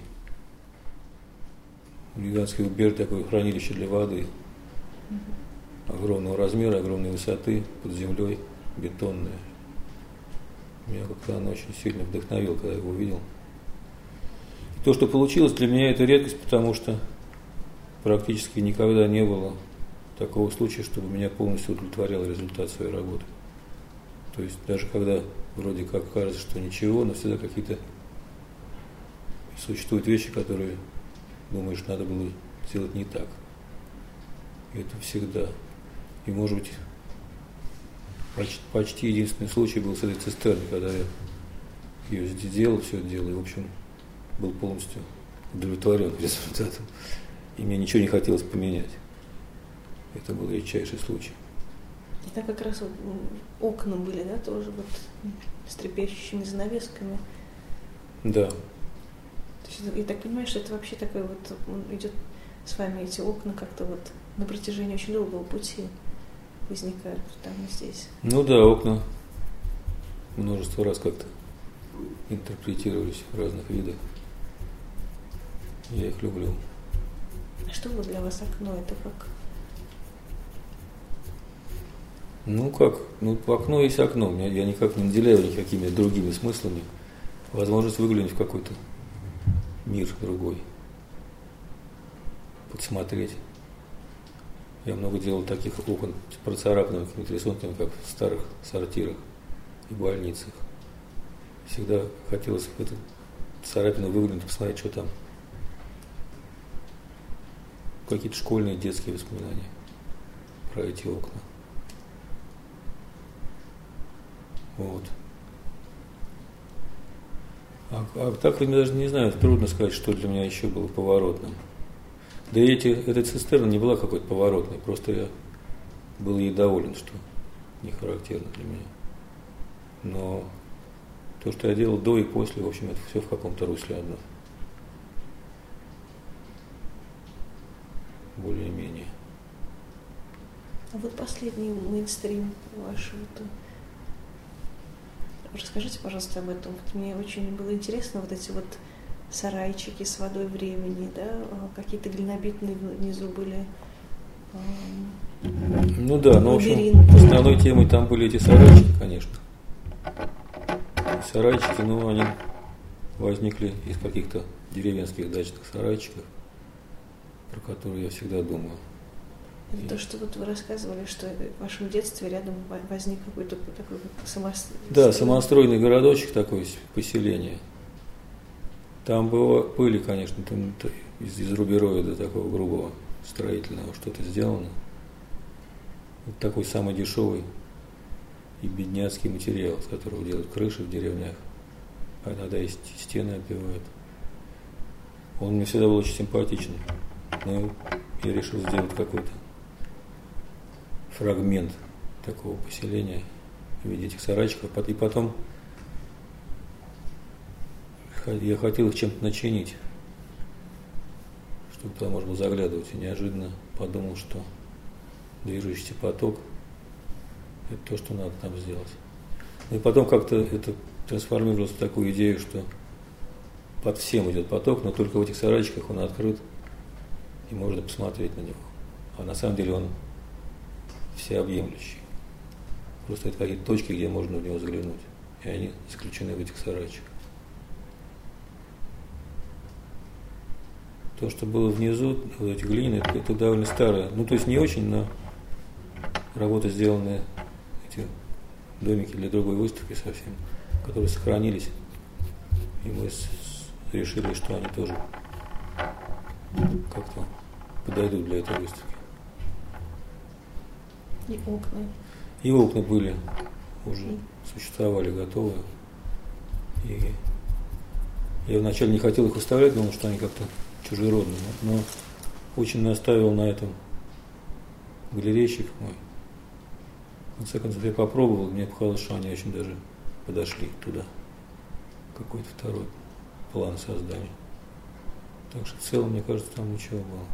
[SPEAKER 2] гигантский убер, такое хранилище для воды. Угу. Огромного размера, огромной высоты, под землей, бетонное. Меня как-то оно очень сильно вдохновило, когда я его увидел. И то, что получилось, для меня это редкость, потому что практически никогда не было такого случая, чтобы меня полностью удовлетворял результат своей работы. То есть даже когда вроде как кажется, что ничего, но всегда какие-то существуют вещи, которые думаешь, надо было сделать не так. И это всегда. И может быть почти, почти единственный случай был с этой цистерной, когда я ее сделал, все это дело, и в общем был полностью удовлетворен результатом. И мне ничего не хотелось поменять. Это был редчайший случай.
[SPEAKER 1] Это как раз вот окна были, да, тоже вот с трепещущими занавесками.
[SPEAKER 2] Да.
[SPEAKER 1] То есть, я так понимаю, что это вообще такой вот, он идет с вами, эти окна как-то вот на протяжении очень долгого пути возникают там и здесь.
[SPEAKER 2] Ну да, окна множество раз как-то интерпретировались в разных видах. Я их люблю.
[SPEAKER 1] А что было для вас окно? Это как?
[SPEAKER 2] Ну как, ну окно есть окно, я никак не наделяю никакими другими смыслами. Возможность выглянуть в какой-то мир другой, подсмотреть. Я много делал таких окон с процарапанными какими-то рисунками, как в старых сортирах и больницах. Всегда хотелось в эту царапину выглянуть, посмотреть, что там. Какие-то школьные, детские воспоминания про эти окна. Вот. А, а так я даже не знаю, трудно сказать, что для меня еще было поворотным. Да и эти, эта цистерна не была какой-то поворотной, просто я был ей доволен, что не характерно для меня. Но то, что я делал до и после, в общем, это все в каком-то русле одно. Более-менее.
[SPEAKER 1] А вот последний мейнстрим ваш. Вот, расскажите, пожалуйста, об этом. Вот мне очень было интересно, вот эти вот сарайчики с водой времени, да, какие-то глинобитные внизу были.
[SPEAKER 2] Ну да, но в общем, основной темой там были эти сарайчики, конечно. И сарайчики, ну, они возникли из каких-то деревенских дачных сарайчиков, про которые я всегда думаю.
[SPEAKER 1] Это и то, что вот вы рассказывали, что в вашем детстве рядом возник какой-то такой самостроенный...
[SPEAKER 2] Да, самостроенный городочек такой, поселение. Там было, были, конечно, там из, из рубероида такого грубого строительного что-то сделано. Вот такой самый дешевый и бедняцкий материал, с которого делают крыши в деревнях, а иногда и стены оббивают. Он мне всегда был очень симпатичный. Но я решил сделать какой-то фрагмент такого поселения в виде этих сарайчиков. И потом я хотел их чем-то начинить, чтобы туда можно было заглядывать. И неожиданно подумал, что движущийся поток – это то, что надо там сделать. Ну и потом как-то это трансформировалось в такую идею, что под всем идет поток, но только в этих сарайчиках он открыт, и можно посмотреть на него. А на самом деле он всеобъемлющий. Просто это какие-то точки, где можно в него заглянуть. И они заключены в этих сарайчиках. То, что было внизу, вот эти глины, это, это довольно старое. Ну, то есть не очень, но работы, сделанные, эти домики для другой выставки совсем, которые сохранились. И мы с, с, решили, что они тоже как-то подойдут для этой выставки.
[SPEAKER 1] И окна.
[SPEAKER 2] И окна были, уже и существовали, готовые. И я вначале не хотел их выставлять, думал, что они как-то чужеродные, но очень наставил на этом галерейщик мой. В конце концов, я попробовал, мне показалось, что они очень даже подошли туда. Какой-то второй план создания. Так что в целом, мне кажется, там ничего было.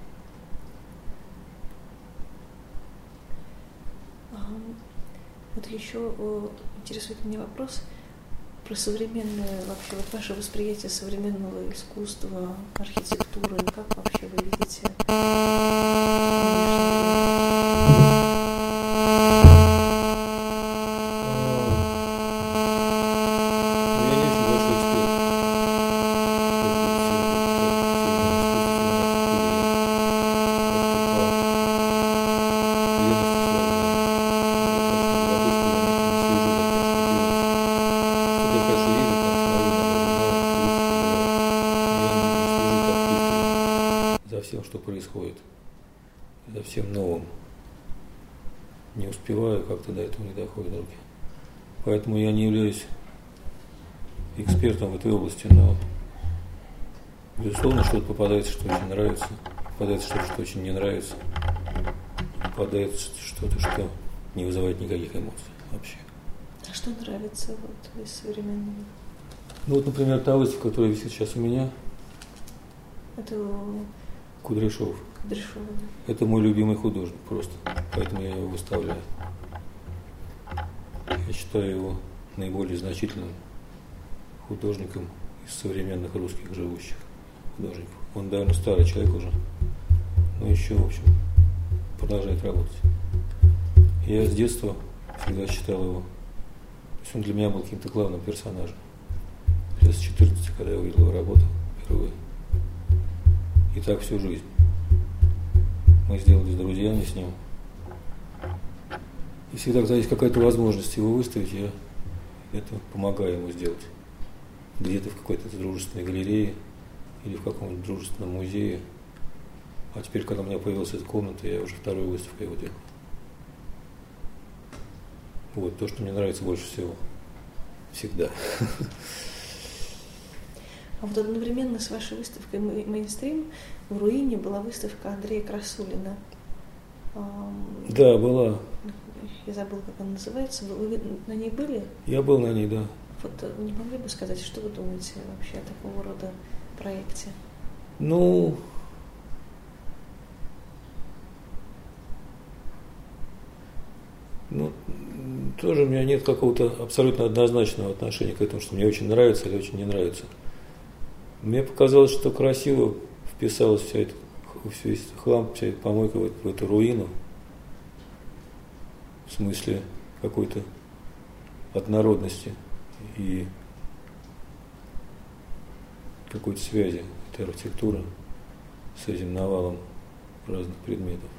[SPEAKER 1] Вот еще интересует меня вопрос про современное вообще, вот ваше восприятие современного искусства, архитектуры, как вообще вы видите?
[SPEAKER 2] Что происходит, за всем новым. Не успеваю, как-то до этого не доходят руки. Поэтому я не являюсь экспертом в этой области, но безусловно, что-то попадается, что очень нравится, попадается что-то, что очень не нравится, попадается что-то, что не вызывает никаких эмоций вообще.
[SPEAKER 1] А что нравится вот из современного?
[SPEAKER 2] Ну вот, например, та выставка, которая висит сейчас у меня.
[SPEAKER 1] Это
[SPEAKER 2] Кудряшов.
[SPEAKER 1] Кудряшов.
[SPEAKER 2] Это мой любимый художник просто, поэтому я его выставляю. Я считаю его наиболее значительным художником из современных русских живущих художников. Он довольно старый человек уже, но еще, в общем, продолжает работать. Я с детства всегда считал его, то есть он для меня был каким-то главным персонажем. Лет с четырнадцати, когда я увидел его работу впервые. И так всю жизнь. Мы сделали с друзьями с ним. И всегда, когда есть какая-то возможность его выставить, я это помогаю ему сделать. Где-то в какой-то дружественной галерее или в каком-нибудь дружественном музее. А теперь, когда у меня появилась эта комната, я уже вторую выставку его делаю. Вот то, что мне нравится больше всего. Всегда.
[SPEAKER 1] А вот одновременно с вашей выставкой «Мейнстрим» в Руине была выставка Андрея Красулина.
[SPEAKER 2] Да, была.
[SPEAKER 1] Я забыла, как она называется. Вы на ней были?
[SPEAKER 2] Я был на ней, да.
[SPEAKER 1] Вот не могли бы сказать, что вы думаете вообще о такого рода проекте?
[SPEAKER 2] Ну, ну, тоже у меня нет какого-то абсолютно однозначного отношения к этому, что мне очень нравится или очень не нравится. Мне показалось, что красиво вписалась вся эта, весь хлам, вся эта помойка в, в эту руину. В смысле какой-то однородности и какой-то связи этой архитектуры с этим навалом разных предметов.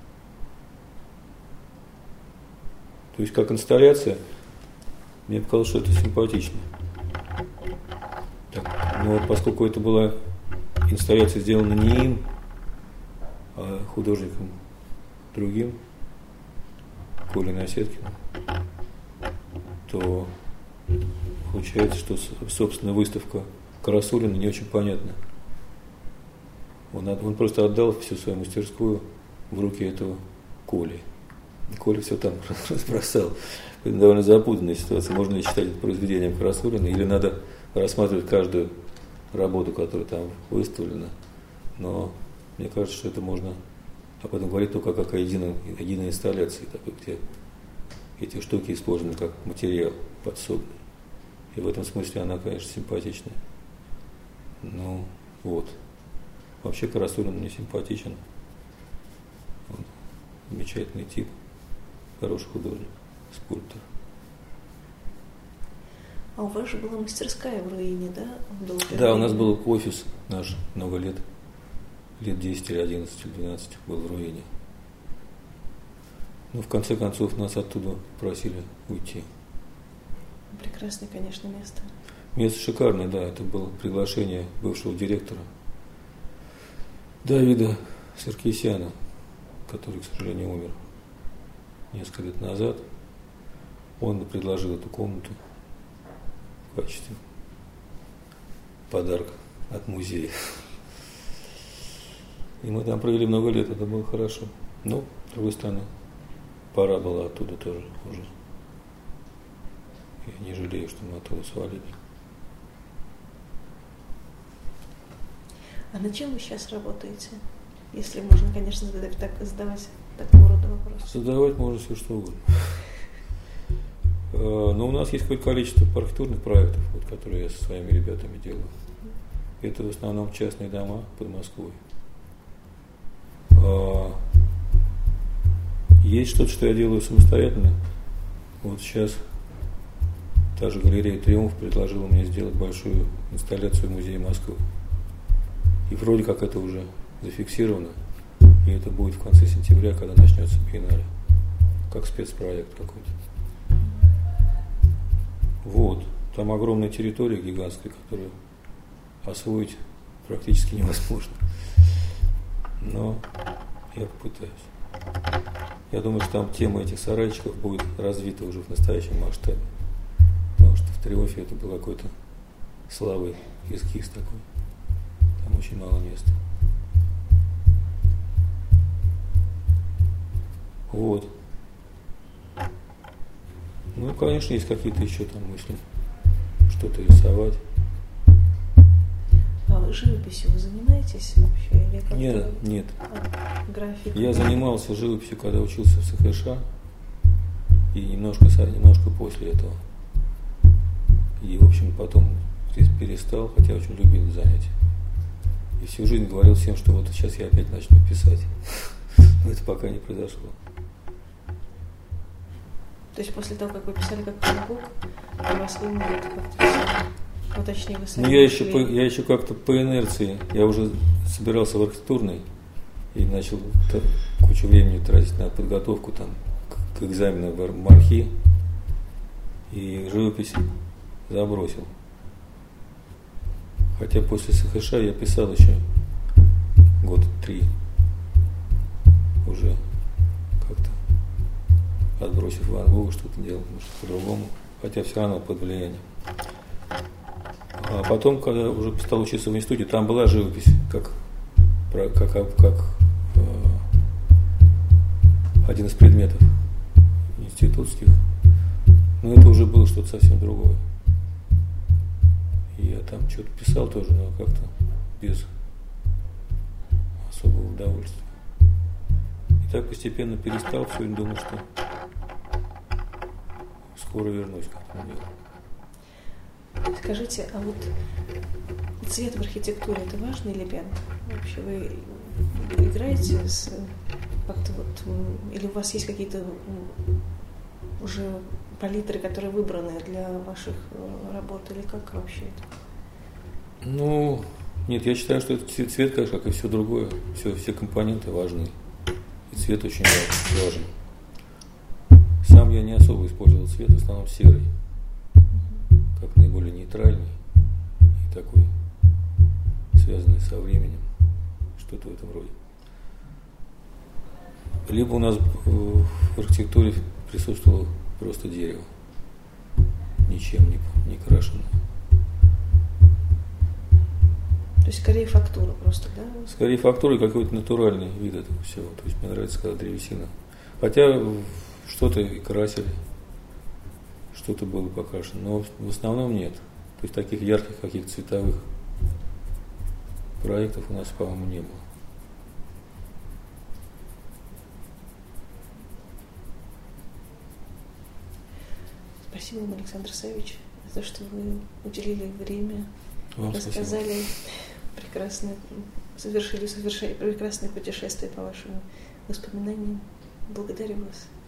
[SPEAKER 2] То есть как инсталляция, мне показалось, что это симпатично. Так, но поскольку это была инсталляция сделана не им, а художником другим, Колей Насеткиным, то получается, что, собственно, выставка Красулина не очень понятна. Он, он просто отдал всю свою мастерскую в руки этого Коли. И Коля все там разбросал. Это довольно запутанная ситуация. Можно ли считать это произведением Красулина, или надо рассматривать каждую работу, которая там выставлена. Но мне кажется, что это можно об этом говорить только как о единой, единой инсталляции, такой, где эти штуки использованы как материал подсобный. И в этом смысле она, конечно, симпатичная. Ну, вот. Вообще Красулин мне симпатичен. Он замечательный тип, хороший художник, скульптор.
[SPEAKER 1] А у вас же была мастерская в Руине, да?
[SPEAKER 2] Да, у нас был офис наш много лет. Лет десять или одиннадцать или двенадцать был в Руине. Но в конце концов нас оттуда просили уйти.
[SPEAKER 1] Прекрасное, конечно, место.
[SPEAKER 2] Место шикарное, да. Это было приглашение бывшего директора Давида Саркисяна, который, к сожалению, умер несколько лет назад. Он предложил эту комнату в качестве подарка от музея. И мы там провели много лет, это было хорошо. Но, с другой стороны, пора была оттуда тоже уже. Я не жалею, что мы оттуда свалили.
[SPEAKER 1] А на чем вы сейчас работаете? Если можно, конечно, задавать, так, задавать такого рода вопросы.
[SPEAKER 2] Задавать можно все, что угодно. Но у нас есть какое-то количество архитектурных проектов, вот, которые я со своими ребятами делаю. Это в основном частные дома под Москвой. Есть что-то, что я делаю самостоятельно. Вот сейчас та же галерея «Триумф» предложила мне сделать большую инсталляцию в Музее Москвы. И вроде как это уже зафиксировано. И это будет в конце сентября, когда начнется биеннале. Как спецпроект какой-то. Вот. Там огромная территория гигантская, которую освоить практически невозможно. Но я попытаюсь. Я думаю, что там тема этих сарайчиков будет развита уже в настоящем масштабе. Потому что в «Триумфе» это был какой-то слабый эскиз такой. Там очень мало места. Вот. Ну, конечно, есть какие-то еще там мысли. Что-то рисовать.
[SPEAKER 1] А живописью вы занимаетесь вообще? Или как-то...
[SPEAKER 2] Нет, нет.
[SPEAKER 1] А, график?
[SPEAKER 2] Я занимался живописью, когда учился в СХШ. И немножко, немножко после этого. И, в общем, потом перестал, хотя очень любил занятия. И всю жизнь говорил всем, что вот сейчас я опять начну писать. Но это пока не произошло.
[SPEAKER 1] То есть после того, как вы писали как педагог, у вас вы умеете как-то писать? Ну, точнее, вы сами.
[SPEAKER 2] Ну, я еще, по, я еще как-то по инерции, я уже собирался в архитектурной и начал кучу времени тратить на подготовку там, к, к экзамену в МАРХИ, и живопись забросил. Хотя после СХШ я писал еще год три, уже как-то отбросив Ван Гога, что-то делал, может, по-другому, хотя все равно под влиянием. А потом, когда уже стал учиться в институте, там была живопись, как, как, как, как э, один из предметов институтских, но это уже было что-то совсем другое. И я там что-то писал тоже, но как-то без особого удовольствия. И так постепенно перестал все, и думал, что скоро вернусь к этому делу.
[SPEAKER 1] Скажите, а вот цвет в архитектуре — это важный элемент? Вообще вы играете с как-то вот, или у вас есть какие-то уже палитры, которые выбраны для ваших работ, или как вообще это?
[SPEAKER 2] Ну, нет, я считаю, что это цвет, конечно, как и все другое, все, все компоненты важны, и цвет очень важен. Сам я не особо использовал цвет, в основном серый, как наиболее нейтральный и такой, связанный со временем, что-то в этом роде. Либо у нас в архитектуре присутствовало просто дерево, ничем не, не крашеное.
[SPEAKER 1] То есть скорее фактура просто, да?
[SPEAKER 2] Скорее фактура и какой-то натуральный вид этого всего. То есть мне нравится, когда древесина. Хотя что-то и красили, что-то было покрашено, но в основном нет. То есть таких ярких каких-то цветовых проектов у нас, по-моему, не было.
[SPEAKER 1] Спасибо вам, Александр Савич, за то, что вы уделили время,
[SPEAKER 2] вам
[SPEAKER 1] рассказали прекрасно, совершили, совершили прекрасное путешествие по вашим воспоминаниям. Благодарю вас.